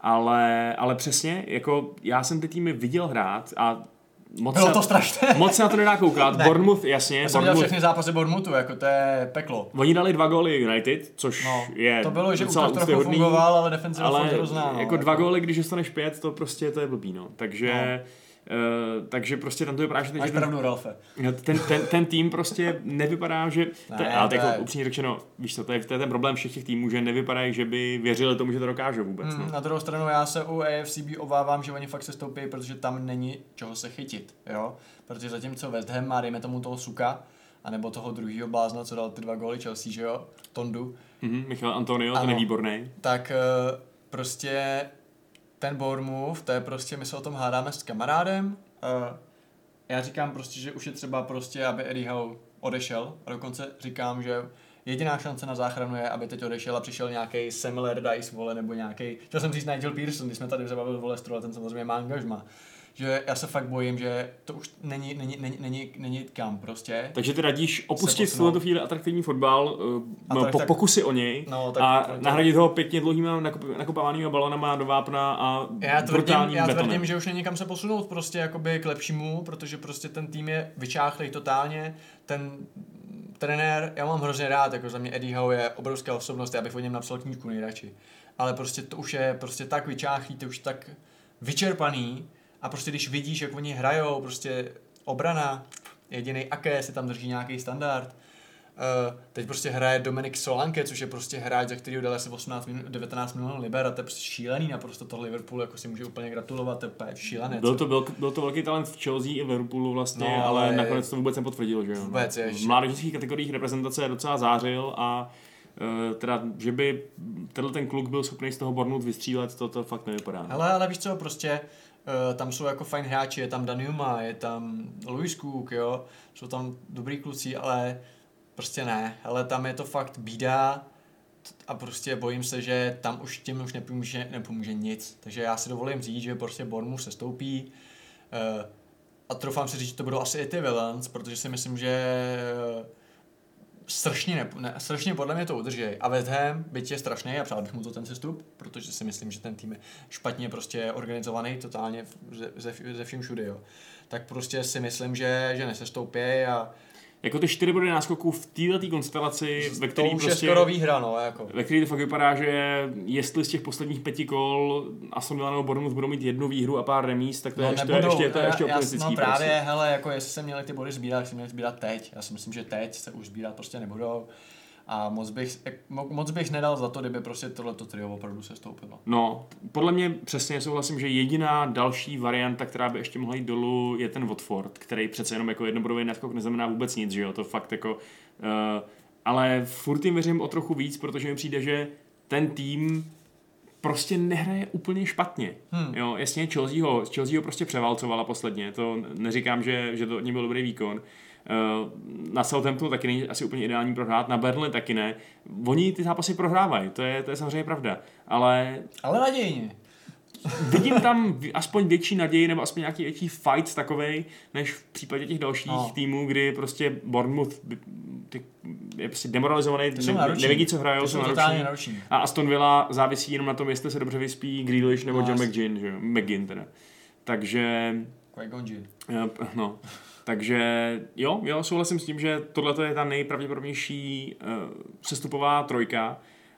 Speaker 2: Ale, ale přesně, jako já jsem ty týmy viděl hrát a Moc
Speaker 1: Bylo
Speaker 2: to
Speaker 1: na, strašné.
Speaker 2: Moc se na to nedá koukat. Ne. Bournemouth, jasně.
Speaker 1: Já jsem
Speaker 2: Bournemouth.
Speaker 1: dělal všechny zápasy Bournemouthu, jako to je peklo.
Speaker 2: Oni dali dva góly United, což
Speaker 1: no,
Speaker 2: je
Speaker 1: to bylo, že
Speaker 2: docela
Speaker 1: útok trochu fungoval, ale defenziva
Speaker 2: ale
Speaker 1: hrozná. No,
Speaker 2: jako dva góly, když dostaneš pět, to prostě to je blbý, no. Takže... No. Uh, takže prostě tam to vypadá, že
Speaker 1: Máš
Speaker 2: ten,
Speaker 1: pravdu, Ralfe.
Speaker 2: Ten, ten, ten tým prostě nevypadá, že...
Speaker 1: Ne,
Speaker 2: to, ale
Speaker 1: to
Speaker 2: jako
Speaker 1: je...
Speaker 2: upřímně řečeno, víš co, to je, to je ten problém všech těch týmů, že nevypadají, že by věřili tomu, že to dokážou vůbec.
Speaker 1: Hmm,
Speaker 2: no.
Speaker 1: Na druhou stranu já se u A F C B obávám, že oni fakt se stoupí, protože tam není čeho se chytit, jo? Protože zatímco West Ham má, dejme tomu toho Suka, anebo toho druhýho blázna, co dal ty dva góly Chelsea, že jo? Tondu.
Speaker 2: Mm-hmm, Michal Antonio, ten je výborný.
Speaker 1: Tak uh, prostě ten Bournemouth, to je prostě, my se o tom hádáme s kamarádem. Uh, já říkám prostě, že už je třeba prostě, aby Eddie Howe odešel a dokonce říkám, že jediná šance na záchranu je, aby teď odešel a přišel nějaký Sam Allardyce, vole, nebo nějaký, chtěl jsem říct Nigel Pearson, když jsme tady zabavili vole Leicesteru, ale ten samozřejmě má angažma. Že já se fakt bojím, že to už není, není, není, není, není kam prostě.
Speaker 2: Takže ty radíš opustit v tuto chvíli atraktivní fotbal, uh, po,
Speaker 1: tak,
Speaker 2: pokusy o něj
Speaker 1: no, tak,
Speaker 2: a
Speaker 1: tak,
Speaker 2: nahradit ho pěkně dlouhýma nakopávanýma balonama do vápna a
Speaker 1: já tvrdím,
Speaker 2: brutálním
Speaker 1: já
Speaker 2: betonem.
Speaker 1: tvrdím, že už není kam se posunout prostě jakoby k lepšímu, protože prostě ten tým je vyčáchlej totálně, ten trenér, já mám hrozně rád, jako za mě Eddie Howe je obrovská osobnost, já bych o něm napsal knížku nejradši, ale prostě to už je prostě tak vyčáchlý, to už tak vyčerpaný. A prostě když vidíš, jak oni hrajou, prostě obrana, jedinej Aké si tam drží nějaký standard. Uh, teď prostě hraje Dominik Solanke, což je prostě hráč, za kterýho dali asi osmnáct, devatenáct milionů liber a to je prostě šílený naprosto to Liverpool, jako si může úplně gratulovat, to je úplně šílené.
Speaker 2: Byl to, byl, byl to velký talent v Chelsea i v Liverpoolu vlastně, no, ale, ale nakonec to vůbec nepotvrdilo, že jo.
Speaker 1: Vůbec je.
Speaker 2: V mládežnických kategoriích reprezentace docela zářil a Uh, teda, že by tenhle ten kluk byl schopný z toho Bournemouth vystřílet, to, to fakt nevypadá.
Speaker 1: Hele, ale víš co, prostě uh, tam jsou jako fajn hráči, je tam Danjuma, je tam Louis Cook, jo, jsou tam dobrý kluci, ale prostě ne, ale tam je to fakt bída a prostě bojím se, že tam už tím už nepomůže, nepomůže nic, takže já si dovolím říct, že prostě Bournemouth se stoupí uh, a troufám si říct, že to budou asi i ty Villains, protože si myslím, že uh, strašně, ne, ne, strašně podle mě to udržej. A West Ham, byť je strašný, a přál bych mu to ten sestup, protože si myslím, že ten tým je špatně prostě organizovaný, totálně ze, ze, ze vším všude, jo. Tak prostě si myslím, že, že nesestoupí a
Speaker 2: jako ty čtyři body náskoků v této konstelaci, ve který
Speaker 1: to už
Speaker 2: prostě,
Speaker 1: je skoro výhra, no, jako.
Speaker 2: Ve který to fakt vypadá, že jestli z těch posledních pěti kol Aston Villa nebo Bournemouth budou mít jednu výhru a pár remíz, tak to je
Speaker 1: no,
Speaker 2: ještě,
Speaker 1: nebudou,
Speaker 2: ještě, to je ještě
Speaker 1: já,
Speaker 2: optimistický.
Speaker 1: No právě,
Speaker 2: prostě.
Speaker 1: hele, jako jestli se měli ty body sbírat, tak se měli sbírat teď. Já si myslím, že teď se už sbírat prostě nebudou. A moc bych, moc bych nedal za to, kdyby prostě tohleto trio opravdu se stoupilo.
Speaker 2: No, podle mě přesně souhlasím, že jediná další varianta, která by ještě mohla jít dolů, je ten Watford, který přece jenom jako jednobodový náskok neznamená vůbec nic, že jo, to fakt jako, uh, ale furt jim věřím o trochu víc, protože mi přijde, že ten tým prostě nehraje úplně špatně. Hmm. Jo, jasně, Chelsea ho, Chelsea ho prostě převálcovala posledně, to neříkám, že, že to od ní byl dobrý výkon. Na Southamptonu taky není asi úplně ideální prohrát, na Burnley taky ne. Oni ty zápasy prohrávají, to je, to je samozřejmě pravda, ale...
Speaker 1: Ale nadějně.
Speaker 2: Vidím tam aspoň větší naději, nebo aspoň nějaký větší fight takovej, než v případě těch dalších no. týmů, kdy prostě Bournemouth ty, je prostě demoralizovaný, ne, nevědí, co hrajou, jsou naruční. A Aston Villa závisí jenom na tom, jestli se dobře vyspí Grealish nebo no, John McGinn, že jo, McGinn teda. Takže... No, takže jo, jo, souhlasím s tím, že tohle je ta nejpravděpodobnější uh, sestupová trojka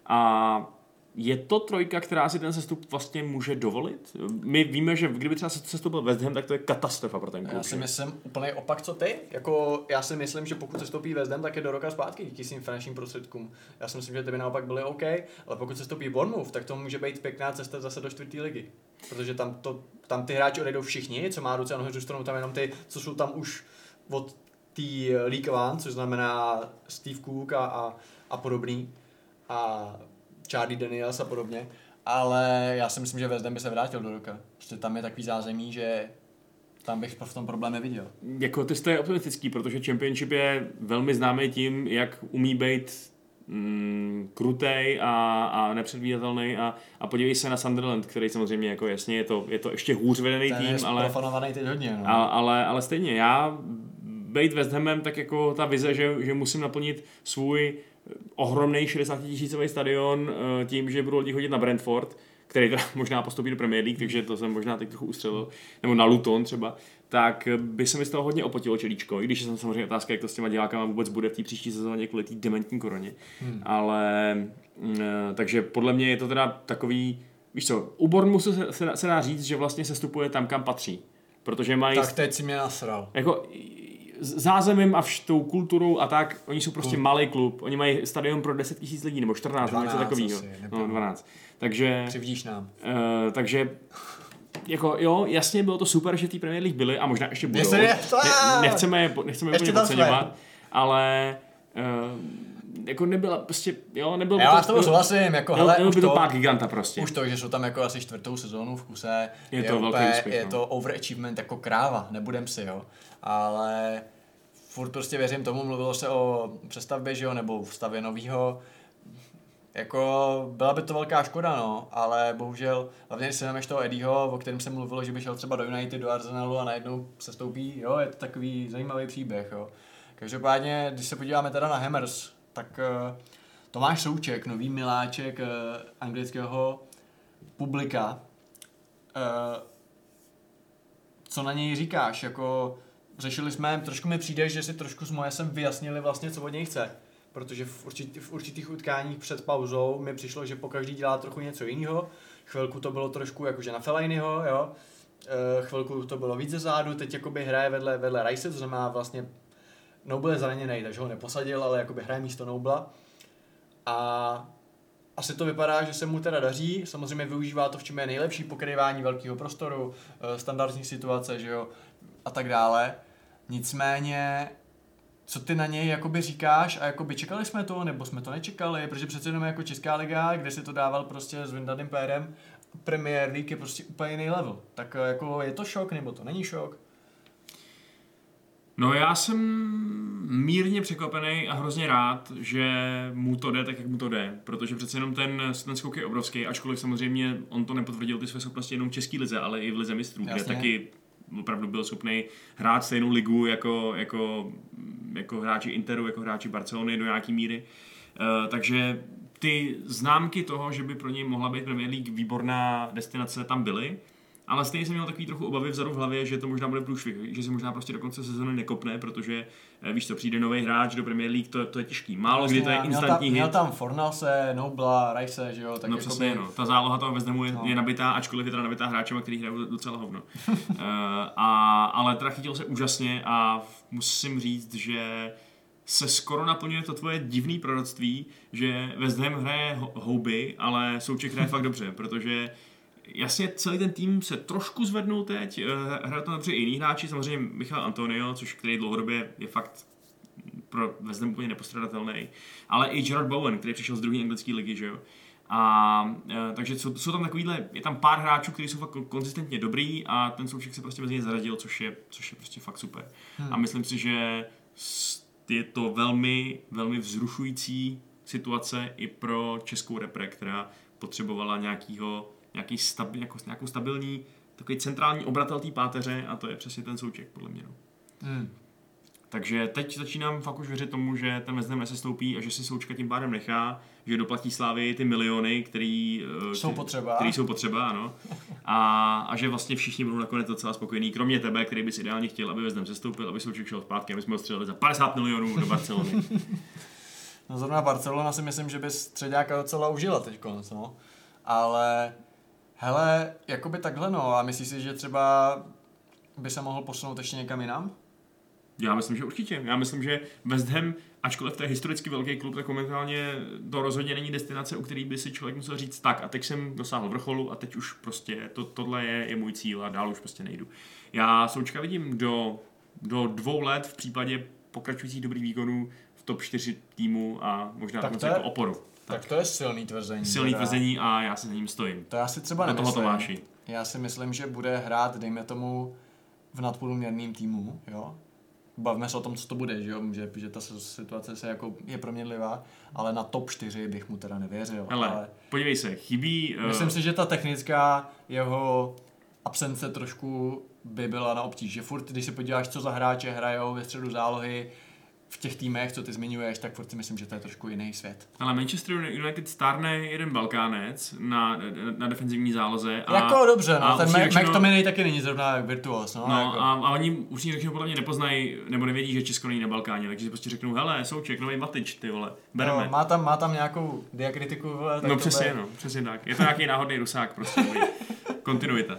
Speaker 2: a je to trojka, která si ten sestup vlastně může dovolit? My víme, že kdyby třeba sestupil West Ham, tak to je katastrofa pro ten klub.
Speaker 1: Já si myslím úplně opak, co ty. Jako, já si myslím, že pokud sestoupí West Ham, tak je do roka zpátky díky svým finančním prostředkům. Já si myslím, že ty by naopak byly OK, ale pokud sestoupí Bournemouth, tak to může být pěkná cesta zase do čtvrté ligy. Protože tam, to, tam ty hráči odejdou všichni, co má ruce a nohy, zůstanou tam jenom ty, co jsou tam už od té League One, což znamená Steve Cook a, a, a podobný. A Charlie Daniels a podobně, ale já si myslím, že West Ham by se vrátil do roka. Prostě tam je takový zázemí, že tam bych v tom problém neviděl.
Speaker 2: Jako ty jste optimistický, protože Championship je velmi známý tím, jak umí být mm, krutej a, a nepředvídatelný a, a podívej se na Sunderland, který samozřejmě jako jasně je to, je to ještě hůř vedený
Speaker 1: ten
Speaker 2: tým,
Speaker 1: je
Speaker 2: ale,
Speaker 1: profanovaný teď hodně, no.
Speaker 2: a, ale, ale stejně já být West Hamem, tak jako ta vize, že, že musím naplnit svůj ohromný šedesátitisícový stadion tím, že budou lidi chodit na Brentford, který teda možná postoupí do Premier League, takže to jsem možná teď trochu ustřelil, nebo na Luton třeba, tak by se mi z toho hodně opotilo čelíčko, i když je samozřejmě otázka, jak to s těma divákama vůbec bude v té příští sezóně kvůli té dementní koroně. Hmm. Ale takže podle mě je to teda takový, víš co, u Bournemouthu se, se, se dá říct, že vlastně se stupuje tam, kam patří, protože mají...
Speaker 1: Tak teď si mě nasral.
Speaker 2: Jako, zázemím a vš, tou kulturou a tak, oni jsou prostě malý klub, oni mají stadion pro deset tisíc lidí, nebo čtrnáct, nebo něco takového. No, dvanáct. Takže...
Speaker 1: Přivdíš nám.
Speaker 2: Uh, takže, jako jo, jasně bylo to super, že ty Premier League byly a možná ještě budou.
Speaker 1: Ne,
Speaker 2: nechceme je, nechceme je úplně podceňovat, ale uh, jako nebyla prostě, jo, nebylo
Speaker 1: Já
Speaker 2: to...
Speaker 1: Já to souhlasím, jako hele,
Speaker 2: nebyl by to pár giganta prostě.
Speaker 1: Už to, že jsou tam jako asi čtvrtou sezónu v kuse,
Speaker 2: je, je to úplně, velký úspěch,
Speaker 1: je
Speaker 2: no.
Speaker 1: to overachievement jako kráva, nebudem si, jo. Ale furt prostě věřím tomu, mluvilo se o přestavbě, že jo, nebo vstavě novýho. Jako byla by to velká škoda, no, ale bohužel, hlavně když si vezmeš toho Eddieho, o kterém se mluvilo, že by šel třeba do United, do Arsenalu a najednou se stoupí, jo, je to takový zajímavý příběh, jo. Každopádně, když se podíváme teda na Hammers, tak uh, Tomáš Souček, nový miláček uh, anglického publika, uh, co na něj říkáš, jako řešili jsme, trošku mi přijde, že si trošku s Moyesem vyjasnili vlastně, co od něj chce. Protože v, určitý, v určitých utkáních před pauzou mi přišlo, že pokaždý dělá trochu něco jiného. Chvilku to bylo trošku jakože na Fellainiho, jo. E, chvilku to bylo víc ze zádu, teď jakoby hraje vedle, vedle Rice, to znamená vlastně Noble je zraněnej, takže ho neposadil, ale jakoby hraje místo Nobla. A asi to vypadá, že se mu teda daří, samozřejmě využívá to, v čem je nejlepší, pokrývání velkého prostoru, standardní situace, že jo, a tak dále. Nicméně, co ty na něj jakoby říkáš a jakoby čekali jsme to, nebo jsme to nečekali, protože přece jenom jako Česká liga, kde si to dával prostě s Vindaným pérem, Premier League je prostě úplně jiný level. Tak jako je to šok, nebo to není šok?
Speaker 2: No já jsem mírně překvapený a hrozně rád, že mu to jde tak, jak mu to jde, protože přece jenom ten, ten skok je obrovský, ačkoliv samozřejmě on to nepotvrdil ty své schopnosti jenom v české lize, ale i v lize mistrů, kde taky opravdu byl schopný hrát stejnou ligu jako, jako, jako hráči Interu, jako hráči Barcelony do nějaký míry. Uh, takže ty známky toho, že by pro něj mohla být Premier League výborná destinace, tam byly. Ale stejně jsem měl takový trochu obavy vzadu v hlavě, že to možná bude průšvih, že se možná prostě do konce sezóny nekopne, protože víš co, přijde nový hráč do Premier League, to, to je těžký. Málo vlastně, kdy to je instantní hit.
Speaker 1: Měl tam Fornalse, Nobla, Rice, že jo, tak
Speaker 2: no
Speaker 1: jako
Speaker 2: přesně,
Speaker 1: by...
Speaker 2: no. Ta záloha toho West Hamu je, no. je nabitá, ačkoliv je teda nabitá hráčema, který hrají docela hovno. uh, a, ale teda chytil se úžasně a musím říct, že se skoro naplňuje to tvoje divný proroctví, že West Ham hraje houby, ale Souček hraje fakt dobře, protože jasně, celý ten tým se trošku zvednul teď, hraje to dobře i jiní hráči, samozřejmě Michal Antonio, což který dlouhodobě je fakt pro West Ham úplně nepostradatelný, ale i Gerard Bowen, který přišel z druhé anglické ligy, že jo. A e, takže jsou, jsou tam takovýhle, je tam pár hráčů, kteří jsou fakt konzistentně dobrý a ten Souček se prostě mezi ně zařadil, což je, což je prostě fakt super. Hmm. A myslím si, že je to velmi, velmi vzrušující situace i pro českou repre, která potřebovala nějakýho, nějaký stabi, jako, nějakou stabilní, takový centrální obratel té páteře a to je přesně ten Souček, podle mě. No. Hmm. Takže teď začínám fakt už věřit tomu, že ten West Ham nesestoupí a že si Součka tím pádem nechá, že doplatí Slávii ty miliony, který
Speaker 1: jsou potřeba,
Speaker 2: který jsou potřeba ano. A, a že vlastně všichni budou nakonec docela spokojení, kromě tebe, který bys ideálně chtěl, aby West Ham sestoupil, aby Souček šel zpátky, aby jsme ho střelili za padesát milionů do Barcelony.
Speaker 1: No zrovna Barcelona si myslím, že by středáka docela užila teďko, no. Ale hele, jakoby takhle no, a myslíš si, že třeba by se mohl posunout ještě někam jinam?
Speaker 2: Já myslím, že určitě. Já myslím, že West Ham, ačkoliv to je historicky velký klub, tak momentálně to rozhodně není destinace, u který by si člověk musel říct tak a teď jsem dosáhl vrcholu a teď už prostě to, tohle je, je můj cíl a dál už prostě nejdu. Já Součka vidím do, do dvou let v případě pokračujících dobrých výkonů v top čtyři týmu a možná dokonce jako oporu.
Speaker 1: Tak. tak to je silný tvrzení.
Speaker 2: Silný teda. tvrzení a já si za ním stojím.
Speaker 1: To já si třeba nemyslím. Já si myslím, že bude hrát, dejme tomu, v nadprůměrným týmu, jo? Bavíme se o tom, co to bude, že, jo? že, že ta situace se jako je proměnlivá, ale na top čtyři bych mu teda nevěřil.
Speaker 2: Hele,
Speaker 1: ale
Speaker 2: podívej se, chybí... Uh...
Speaker 1: Myslím si, že ta technická jeho absence trošku by byla na obtíž, že furt, když se podíváš, co za hráče hrajou ve středu zálohy, v těch týmech, co ty zmiňuješ, tak furt si myslím, že to je trošku jiný svět.
Speaker 2: Ale Manchester United stárne jeden Balkánec na, na defenzivní záloze. A,
Speaker 1: jako dobře, no, ten
Speaker 2: řečeno,
Speaker 1: McTominay taky není zrovna virtuos. No,
Speaker 2: no
Speaker 1: jako.
Speaker 2: a, a oni už ní řeknou, podle mě nepoznají, nebo nevědí, že Česko není na Balkáně, takže si prostě řeknou, hele, Souček, nový Matič, ty vole, bereme.
Speaker 1: No, má, tam, má tam nějakou diakritiku, vole.
Speaker 2: No přesně, no, přesně tak. Je to nějaký náhodný Rusák prostě. Kontinuita.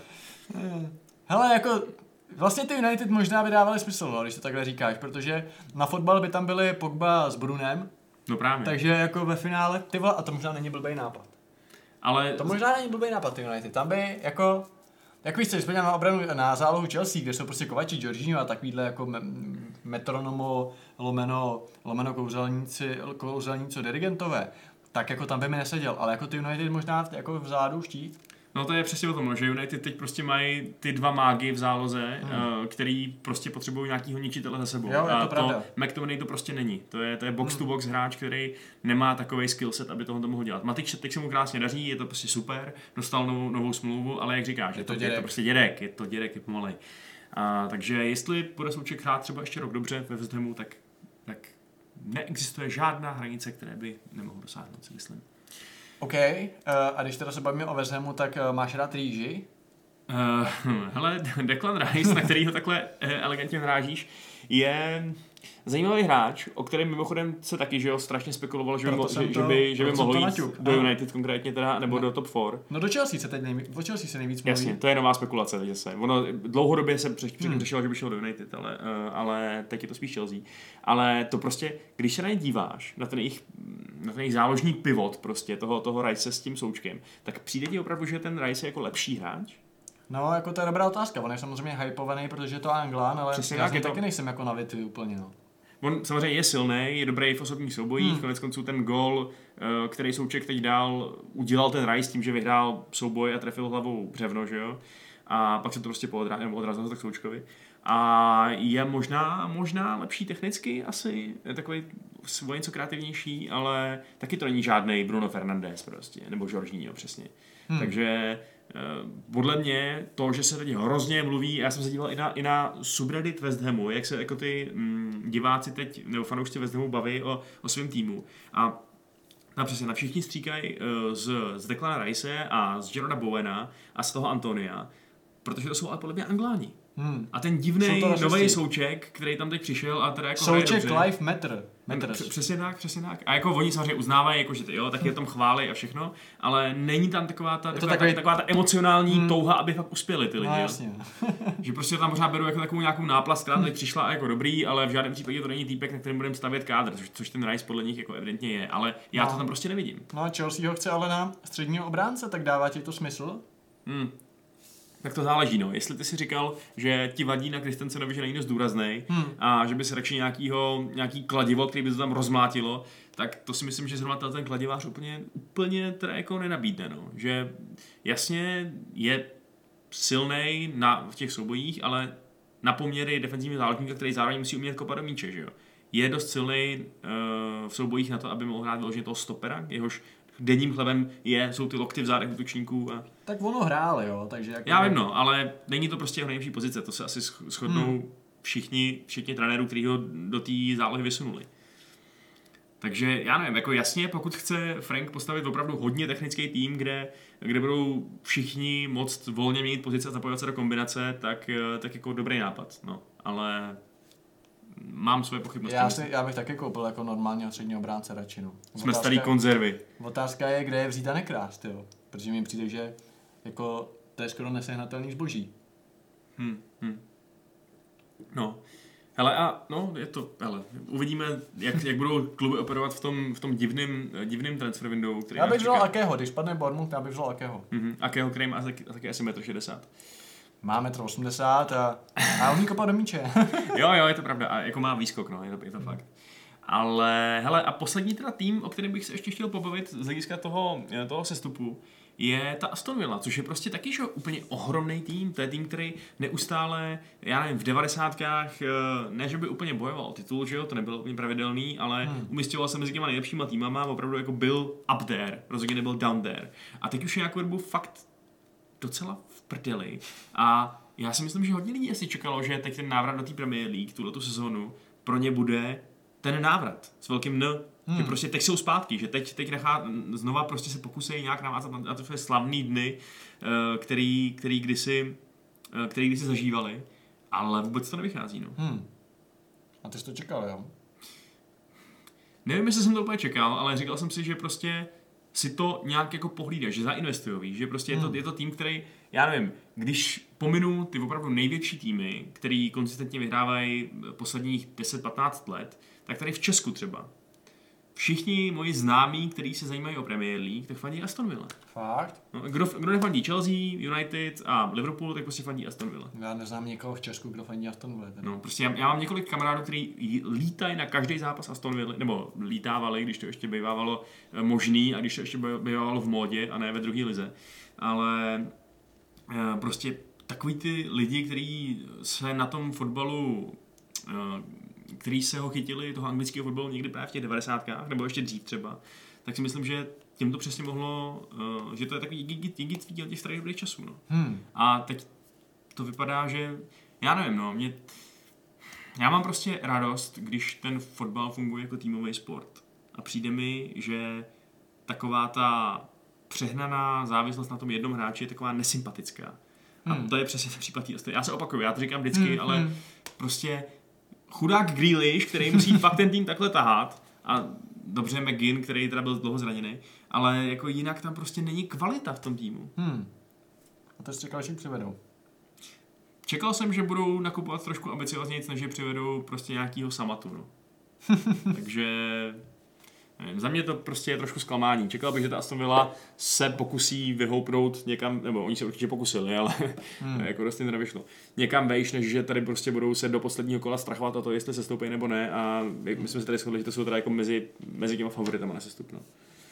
Speaker 1: Hele, jako vlastně ty United možná by dávaly smysl, no, když to takhle říkáš, protože na fotbal by tam byli Pogba s Brunem.
Speaker 2: No právě.
Speaker 1: Takže jako ve finále, ty vole, a to možná není blbý nápad.
Speaker 2: Ale
Speaker 1: to možná není blbý nápad, ty United. Tam by jako, jak víš co, když jsme na obranu, na zálohu Chelsea, kde jsou prostě Kovačič, Jorginho a takovýhle jako me, metronomo, lomeno, lomeno kouzelníci, kouzelníci dirigentové, tak jako tam by mi neseděl, ale jako ty United možná jako vzadu štít.
Speaker 2: No to je přesně o tom, že United teď prostě mají ty dva mágy v záloze, hmm. uh, který prostě potřebují nějakýho ničitele za sebou.
Speaker 1: Jo,
Speaker 2: a
Speaker 1: to,
Speaker 2: to McTominay to prostě není. To je, to je box to box hráč, který nemá takovej skillset, aby tohle to mohl dělat. Matič teď se mu krásně daří, je to prostě super, dostal novou, novou smlouvu, ale jak říkáš, je, je, to, je to prostě dědek, je to dědek, je pomalej. A, takže jestli bude Souček hrát třeba ještě rok dobře ve West Hamu, tak, tak neexistuje žádná hranice, které by nemohl dosáhnout, si myslím.
Speaker 1: OK, uh, a když teda se bavíme o West Hamu, tak uh, máš rád rýži?
Speaker 2: Uh, hele, Declan Rice, na kterýho takhle uh, elegantně hrážíš, je zajímavý hráč, o kterém mimochodem se taky, že jo, strašně spekulovalo, že by, mo- že, to, že by, že by mohl jít naťuk. do United konkrétně teda, nebo no. do top čtyři.
Speaker 1: No do Chelsea se teď nejvíc, do Chelsea se nejvíc mluví.
Speaker 2: Jasně, to je nová spekulace, takže se. Ono dlouhodobě se předtím hmm. řešilo, že by šel do United, ale, uh, ale teď je to spíš Chelsea. Ale to prostě, když se na ně díváš, na ten jejich, na ten jejich záložní pivot prostě, toho, toho Rice s tím Součkem, tak přijde ti opravdu, že ten Rice je jako lepší hráč?
Speaker 1: No, jako to je dobrá otázka. On je samozřejmě hypovaný, protože je to Anglán, ale
Speaker 2: přesně
Speaker 1: já
Speaker 2: tak,
Speaker 1: taky
Speaker 2: to...
Speaker 1: nejsem jako navitý úplně, no.
Speaker 2: On samozřejmě je silný, je dobrý v osobních soubojích, hmm. konec konců ten gól, který Souček teď dal, udělal ten Rice tím, že vyhrál souboj a trefil hlavou břevno, že jo? A pak se to prostě odrazilo tak Součkovi. A je možná, možná lepší technicky asi, je takový o něco kreativnější, ale taky to není žádný Bruno Fernandes prostě, nebo Jorginho přesně. Hmm. Takže podle mě to, že se teď hrozně mluví, já jsem se díval i na, i na subreddit West Hamu, jak se jako ty mm, diváci teď, nebo fanoušci West Hamu baví o, o svém týmu. A tam přesně na všichni stříkají uh, z, z Declana Rice a z Jerona Bowena a z toho Antonia, protože to jsou ale podle mě Angláni. Hmm. A ten divný nový Souček, který tam teď přišel a teda jako
Speaker 1: Souček life matter.
Speaker 2: Př- přesně tak, přesně tak. A jako oni samozřejmě uznávají, jako, že ty, jo, tak je tam chvály a všechno, ale není tam taková ta, taková, takový... ta, taková ta emocionální hmm. touha, aby fakt uspěli ty lidi.
Speaker 1: No, jasně.
Speaker 2: Že prostě tam možná beru jako takovou nějakou náplast, která tady přišla a jako dobrý, ale v žádném případě to není týpek, na kterém budeme stavět kádr, což, což ten Rice podle nich jako evidentně je, ale já no. to tam prostě nevidím.
Speaker 1: No a Chelsea ho chce ale na středního obránce, tak dává ti to smysl?
Speaker 2: Hmm. tak to záleží, no. Jestli ty si říkal, že ti vadí na Christensenovi, že není dost důraznej
Speaker 1: hmm.
Speaker 2: a že by se radši nějakýho, nějaký kladivo, který by to tam rozmlátilo, tak to si myslím, že zrovna ten kladivář úplně, úplně teda jako nenabídne, no. Že jasně je silnej na, v těch soubojích, ale na poměry defenzivního záložníka, který zároveň musí umět kopat do míče, že jo. Je dost silnej uh, v soubojích na to, aby mohl hrát vyloženě toho stopera, jehož denním chlebem je, jsou ty lokty v zádech útočníků. A...
Speaker 1: Tak ono hrál, jo, takže... Jako...
Speaker 2: Já vím, no, ale není to prostě jeho nejlepší pozice, to se asi shodnou hmm. všichni, všichni trenérů, kteří ho do té zálohy vysunuli. Takže já nevím, jako jasně, pokud chce Frank postavit opravdu hodně technický tým, kde, kde budou všichni moct volně měnit pozice a zapojovat se do kombinace, tak, tak jako dobrý nápad, no, ale mám své pochybnosti.
Speaker 1: Já, si, já bych taky koupil jako normálního středního obránce radši, no.
Speaker 2: Jsme otázka, starý konzervy.
Speaker 1: Otázka je, kde je vzít a nekrást, jo, protože mi přijde, že jako to je skoro nesehnatelný zboží.
Speaker 2: Hmm, hmm. No, hele a no, je to, hele, uvidíme, jak, jak budou kluby operovat v tom, v tom divným, divným transfer window, který
Speaker 1: já bych vzal Akého, když padne Bournemouth, já bych vzal Akého.
Speaker 2: Mm-hmm. Akého, který má taky, taky asi metr šedesát.
Speaker 1: Má metr osmdesát a, a umí kopat do míče.
Speaker 2: Jo, jo, je to pravda, a jako má výskok, no, je to, je to fakt. Ale, hele, a poslední teda tým, o kterém bych se ještě chtěl pobavit z hlediska toho, toho sestupu, je ta Aston Villa, což je prostě taky že úplně ohromný tým. To je tým, který neustále, já nevím, v devadesátkách, ne, že by úplně bojoval o titul, že jo, to nebylo úplně pravidelný, ale hmm. umisťoval se mezi těma nejlepšíma týmama, opravdu jako byl up there, rozhodně nebyl down there. A teď už je jako dobu fakt docela v prdeli. A já si myslím, že hodně lidí asi čekalo, že teď ten návrat do té Premier League, tuhletu sezónu, pro ně bude ten návrat s velkým N. Hmm. Že prostě teď jsou zpátky, že teď, teď nechá, znova prostě se pokusí nějak navázat na, na ty slavný dny, který, který, kdysi, který kdysi zažívali, ale vůbec to nevychází. No.
Speaker 1: Hmm. A ty jsi to čekal, jo?
Speaker 2: Nevím, jestli jsem to úplně čekal, ale říkal jsem si, že prostě si to nějak jako pohlídáš, že zainvestujou, že prostě hmm. je, to, je to tým, který, já nevím, když pominu ty opravdu největší týmy, který konzistentně vyhrávají posledních deset patnáct let, tak tady v Česku třeba. Všichni moji známí, kteří se zajímají o Premier League, tak fandí Aston Villa.
Speaker 1: Fakt?
Speaker 2: No, kdo, kdo nefandí Chelsea, United a Liverpool, tak prostě fandí Aston Villa.
Speaker 1: Já neznám někoho v Česku, kdo fandí Aston Villa. Tedy.
Speaker 2: No, prostě já, já mám několik kamarádů, kteří lítají na každý zápas Aston Villa, nebo lítávali, když to ještě bývávalo možný a když to ještě bývávalo v módě a ne ve druhé lize. Ale prostě takový ty lidi, kteří se na tom fotbalu který se ho chytili, toho anglického fotbalu někdy právě v těch devadesátkách, nebo ještě dřív třeba, tak si myslím, že tím to přesně mohlo, uh, že to je takový dědictví těch starých dobrých časů. No.
Speaker 1: Hmm.
Speaker 2: A teď to vypadá, že, já nevím, no, mě, já mám prostě radost, když ten fotbal funguje jako týmový sport. A přijde mi, že taková ta přehnaná závislost na tom jednom hráči je taková nesympatická. A hmm. to je přesně ten případ. Já se opakuju, já to říkám vždycky, hmm. ale prostě chudák Grealish, který musí fakt ten tým takhle tahat, a dobře McGinn, který teda byl dlouho zraněný, ale jako jinak tam prostě není kvalita v tom týmu.
Speaker 1: Hmm. A to jsi čekal, že přivedou?
Speaker 2: Čekal jsem, že budou nakupovat trošku ambicioznějc, než že přivedou prostě nějakýho Samatu, no. Takže nevím, za mě to prostě je trošku zklamání. Čekal bych, že ta Aston Villa se pokusí vyhoupnout někam, nebo oni se určitě pokusili, ale hmm. jako dost jim nevyšlo. Někam vejš, než že tady prostě budou se do posledního kola strachovat o to, jestli se stoupí nebo ne, a my jsme se tady shodli, že to jsou teda jako mezi, mezi těma favoritama na sestup. No.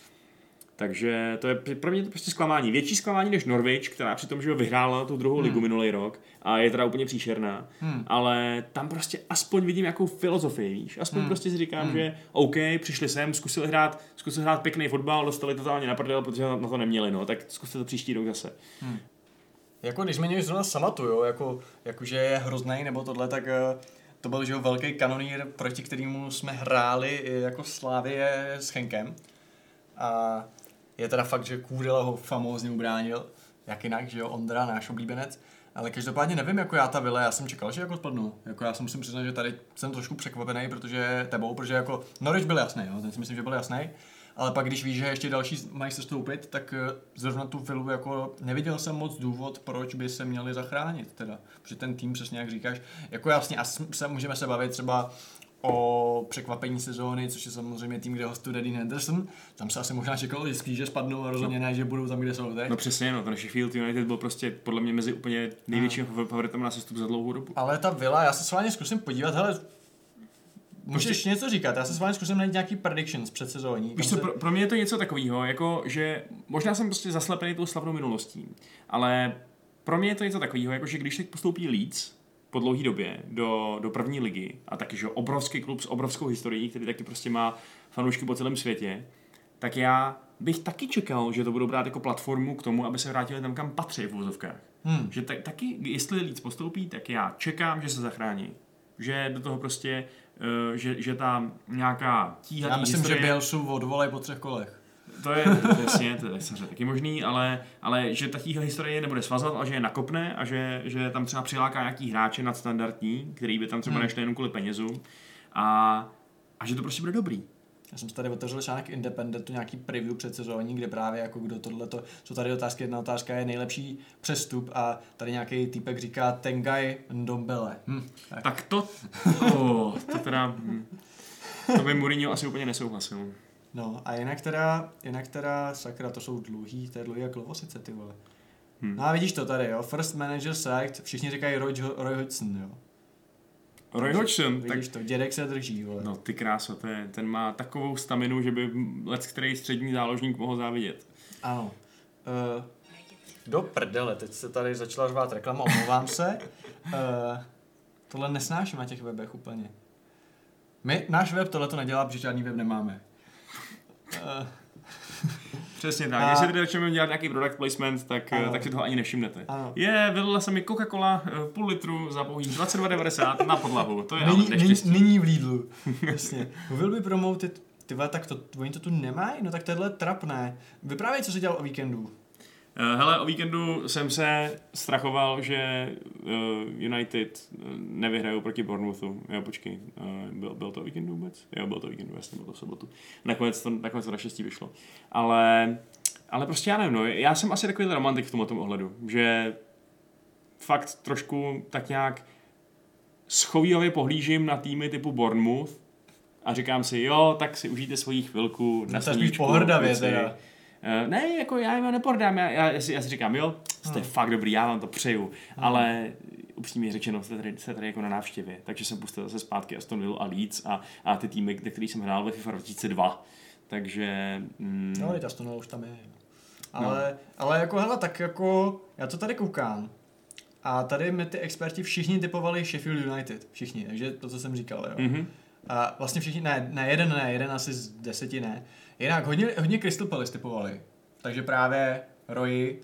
Speaker 2: Takže to je pro mě to prostě zklamání. Větší zklamání než Norwich, která přitom že vyhrála tu druhou hmm. ligu minulý rok a je teda úplně příšerná. Hmm. Ale tam prostě aspoň vidím jakou filozofii, víš. Aspoň hmm. prostě si říkám, hmm. že OK, přišli sem, zkusili hrát, zkusili hrát pěkný fotbal, dostali totálně na prdel, protože na to neměli, no. Tak zkuste to příští rok zase.
Speaker 1: Hmm. Jako když zmiňuješ zrovna Samatu, jo, jako, jakože je hroznej nebo tohle, tak to byl, že jo, velký kanonýr, proti kterému jsme hráli jako Slávie s Chenkem. A je teda fakt, že Kůdela ho famózně ubránil, jak jinak, že jo, Ondra, náš oblíbenec. Ale každopádně nevím, jako já ta Villa, já jsem čekal, že jako spadnu. Jako já si musím přiznat, že tady jsem trošku překvapený, protože tebou, protože jako Norwich byl jasný, jo, ten si myslím, že byl jasný. Ale pak když víš, že ještě další mají se stoupit, tak zrovna tu Villu jako neviděl jsem moc důvod, proč by se měli zachránit teda. Protože ten tým, přesně jak říkáš, jako jasně, a se, můžeme se bavit třeba o překvapení sezóny, což je samozřejmě tým, kde hostuje Dean Henderson. Tam se asi možná čekalo, že sklíže spadnou a rozhodně no. ne, že budou tam, kde jsou teď.
Speaker 2: No přesně, no, ten Sheffield United byl prostě podle mě mezi úplně největším no. favoritem na sestup za dlouhou dobu.
Speaker 1: Ale ta Villa, já se s vámi zkusím podívat, hele, můžeš prostě něco říkat, já se s vámi zkusím najít nějaký predictions před sezóní.
Speaker 2: Víš co, se... pro, pro mě je to něco takového, jako že možná jsem prostě zaslepený tou slavnou minulostí, ale pro mě je to něco takového, jako že když teď postoupí Leeds po dlouhé době do, do první ligy a taky, že obrovský klub s obrovskou historií, který taky prostě má fanoušky po celém světě, tak já bych taky čekal, že to budou brát jako platformu k tomu, aby se vrátili tam, kam patří v uvozovkách. Hmm. Že tak, taky, jestli Leeds postoupí, tak já čekám, že se zachrání. Že do toho prostě, uh, že, že tam nějaká tíha.
Speaker 1: Já myslím,
Speaker 2: historie,
Speaker 1: že Bielsu odvolají po třech kolech.
Speaker 2: To je jasně, to je samozřejmě taky možný, ale, ale že ta tíha historie nebude svazovat, ale že je nakopne a že, že tam třeba přiláká nějaký hráče nadstandardní, který by tam třeba hmm. nešli jenom kvůli penězům a, a že to prostě bude dobrý.
Speaker 1: Já jsem si tady otevřel článek Independentu, nějaký preview před sezóní, kde právě jako kdo tohleto, jsou tady otázky, jedna otázka je nejlepší přestup a tady nějaký týpek říká Tengai Ndombele. Hm,
Speaker 2: tak. tak to, oh, to teda, hm, to by Mourinho asi úplně nesouhlasil.
Speaker 1: No a jinak teda, jinak teda, sakra, to jsou dlouhý, to je dlouhý jak Lovosice, ty vole. Hmm. No a vidíš to tady, jo, first manager sacked, všichni říkají Roy, Roy Hodgson, jo.
Speaker 2: Roy Hodgson,
Speaker 1: vidíš
Speaker 2: tak...
Speaker 1: to, dědek se drží, vole.
Speaker 2: No ty kráso, to je, ten má takovou staminu, že by let který střední záložník mohl závidět.
Speaker 1: Ano. Uh, do prdele, teď se tady začala řvát reklama, omlouvám se. Uh, tohle nesnáším na těch webech úplně. My, náš web tohle to nedělá, protože žádný web nemáme. Uh,
Speaker 2: Přesně tak. A... Jestli tady začneme dělat nějaký product placement, tak, tak si toho ani nevšimnete. Ano. Je, vylila se mi Coca-Cola půl litru za pouhých dvacet dva devadesát na podlahu. To je
Speaker 1: nyní,
Speaker 2: ale neštěstí.
Speaker 1: Nyní v Lidlu. Jasně. Will by promoted, tyhle, tak to, oni to tu nemají? No tak tohle trapné. Vyprávěj, co jsi dělal o víkendu.
Speaker 2: Hele, o víkendu jsem se strachoval, že uh, United nevyhrajou proti Bournemouthu. Jo, počkej, uh, byl, byl to o víkendu vůbec? Jo, byl to o víkendu, jasně, bylo to v sobotu. Nakonec to, nakonec to naštěstí vyšlo. Ale, ale prostě já nevím, no, já jsem asi takový romantik v tomhle tom ohledu, že fakt trošku tak nějak schovývavě pohlížím na týmy typu Bournemouth a říkám si, jo, tak si užijte svoji chvilku na
Speaker 1: sluníčku. To je spíš pohrdavě teda.
Speaker 2: Uh, ne, jako já jim nepordám, já, já, já, si, já si říkám, jo, jste hmm. fakt dobrý, já vám to přeju, hmm. ale upřímně řečeno, jste tady, jste tady jako na návštěvě, takže jsem pustil zase zpátky Aston Villa a Leeds a, a ty týmy, kde který jsem hrál ve FIFA dva tisíce dva, takže... Mm,
Speaker 1: no, teď Aston Villa už tam je, ale, no. ale jako hele, tak jako, já to tady koukám a tady mi ty experti všichni typovali Sheffield United, všichni, takže to, co jsem říkal, jo. Mm-hmm. A vlastně všichni, ne, ne, jeden ne, jeden asi z deseti ne. Jinak hodně, hodně Crystal Palace typovali. Takže právě Roy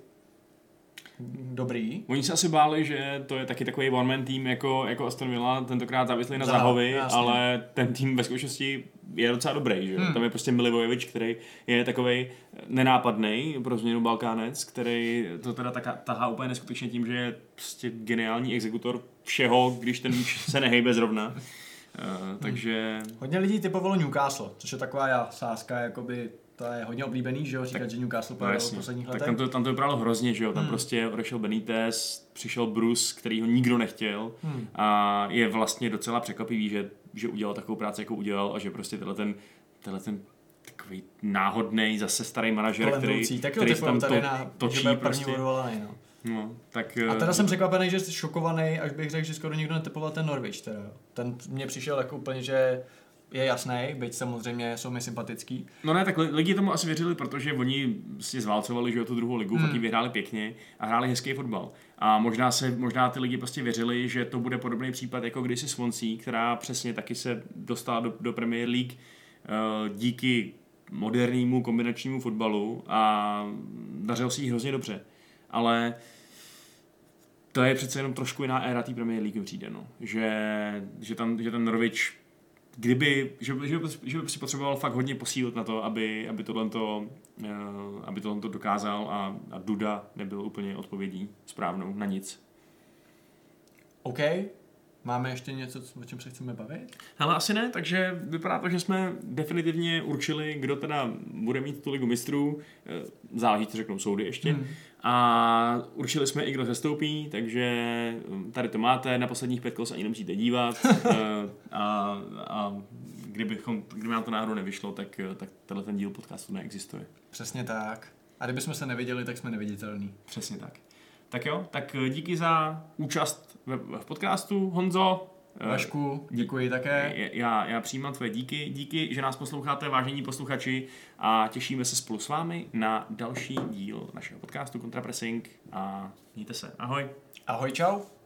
Speaker 1: dobrý.
Speaker 2: Oni se asi báli, že to je taky takový one-man tým jako, jako Aston Villa, tentokrát závislý na Zahovi, ale ten tým ve skutečnosti je docela dobrý. Že? Hmm. Tam je prostě Milivojevič, který je takovej nenápadný pro změnu Balkánec, který to teda taka, tahá úplně neskutečně tím, že je prostě geniální exekutor všeho, když ten míč se nehejbe zrovna. Uh, takže...
Speaker 1: Hmm. Hodně lidí typovalo Newcastle, což je taková sázka, jakoby to je hodně oblíbený, že jo, říkat, tak, že Newcastle padl v posledních letech.
Speaker 2: Tak tam to, tam to vypadalo hrozně, že jo, tam hmm. prostě odešel Benitez, přišel Bruce, který ho nikdo nechtěl hmm. a je vlastně docela překvapivý, že, že udělal takovou práci, jakou udělal a že prostě tenhle ten, tenhle ten takový náhodnej, zase starý manažer, který, který tam to,
Speaker 1: na,
Speaker 2: točí prostě.
Speaker 1: Odvolaný, no.
Speaker 2: No, tak,
Speaker 1: a teda jsem překvapený, že jsi šokovaný, až bych řekl, že skoro nikdo netypoval ten Norwich. Teda. Ten mně přišel jako úplně, že je jasný, byť samozřejmě jsou mi sympatický.
Speaker 2: No ne, tak lidi tomu asi věřili, protože oni si zválcovali, že tu druhou ligu, hmm. pak ji vyhráli pěkně a hráli hezký fotbal. A možná, se, možná ty lidi prostě věřili, že to bude podobný případ jako kdysi Swansea, která přesně taky se dostala do, do Premier League uh, díky modernímu kombinačnímu fotbalu a dařilo si jí hrozně dobře. Ale to je přece jenom trošku jiná éra té Premier League přijde, no. Že, že, tam, že ten Norwich, kdyby, že, že, že by si potřeboval fakt hodně posílit na to, aby, aby tohleto, uh, aby tohleto dokázal a, a Duda nebyl úplně odpovědí správnou na nic.
Speaker 1: OK, Máme ještě něco, o čem se chceme bavit?
Speaker 2: Hele, asi ne, takže vypadá to, že jsme definitivně určili, kdo teda bude mít tu ligu mistrů. Záleží, co řeknou soudy ještě. Hmm. A určili jsme i, kdo sestoupí, takže tady to máte, na posledních pět kol se ani nemusíte dívat. a, a kdybychom, kdyby nám to náhodou nevyšlo, tak, tak tenhle ten díl podcastu neexistuje.
Speaker 1: Přesně tak. A kdybychom se neviděli, tak jsme neviditelní.
Speaker 2: Přesně tak. Tak jo, tak díky za účast v, v podcastu, Honzo.
Speaker 1: Vašku, děkuji také.
Speaker 2: Já, já přijímám tvoje díky. Díky, že nás posloucháte, vážení posluchači, a těšíme se spolu s vámi na další díl našeho podcastu Kontrapressing a mějte se. Ahoj.
Speaker 1: Ahoj, čau.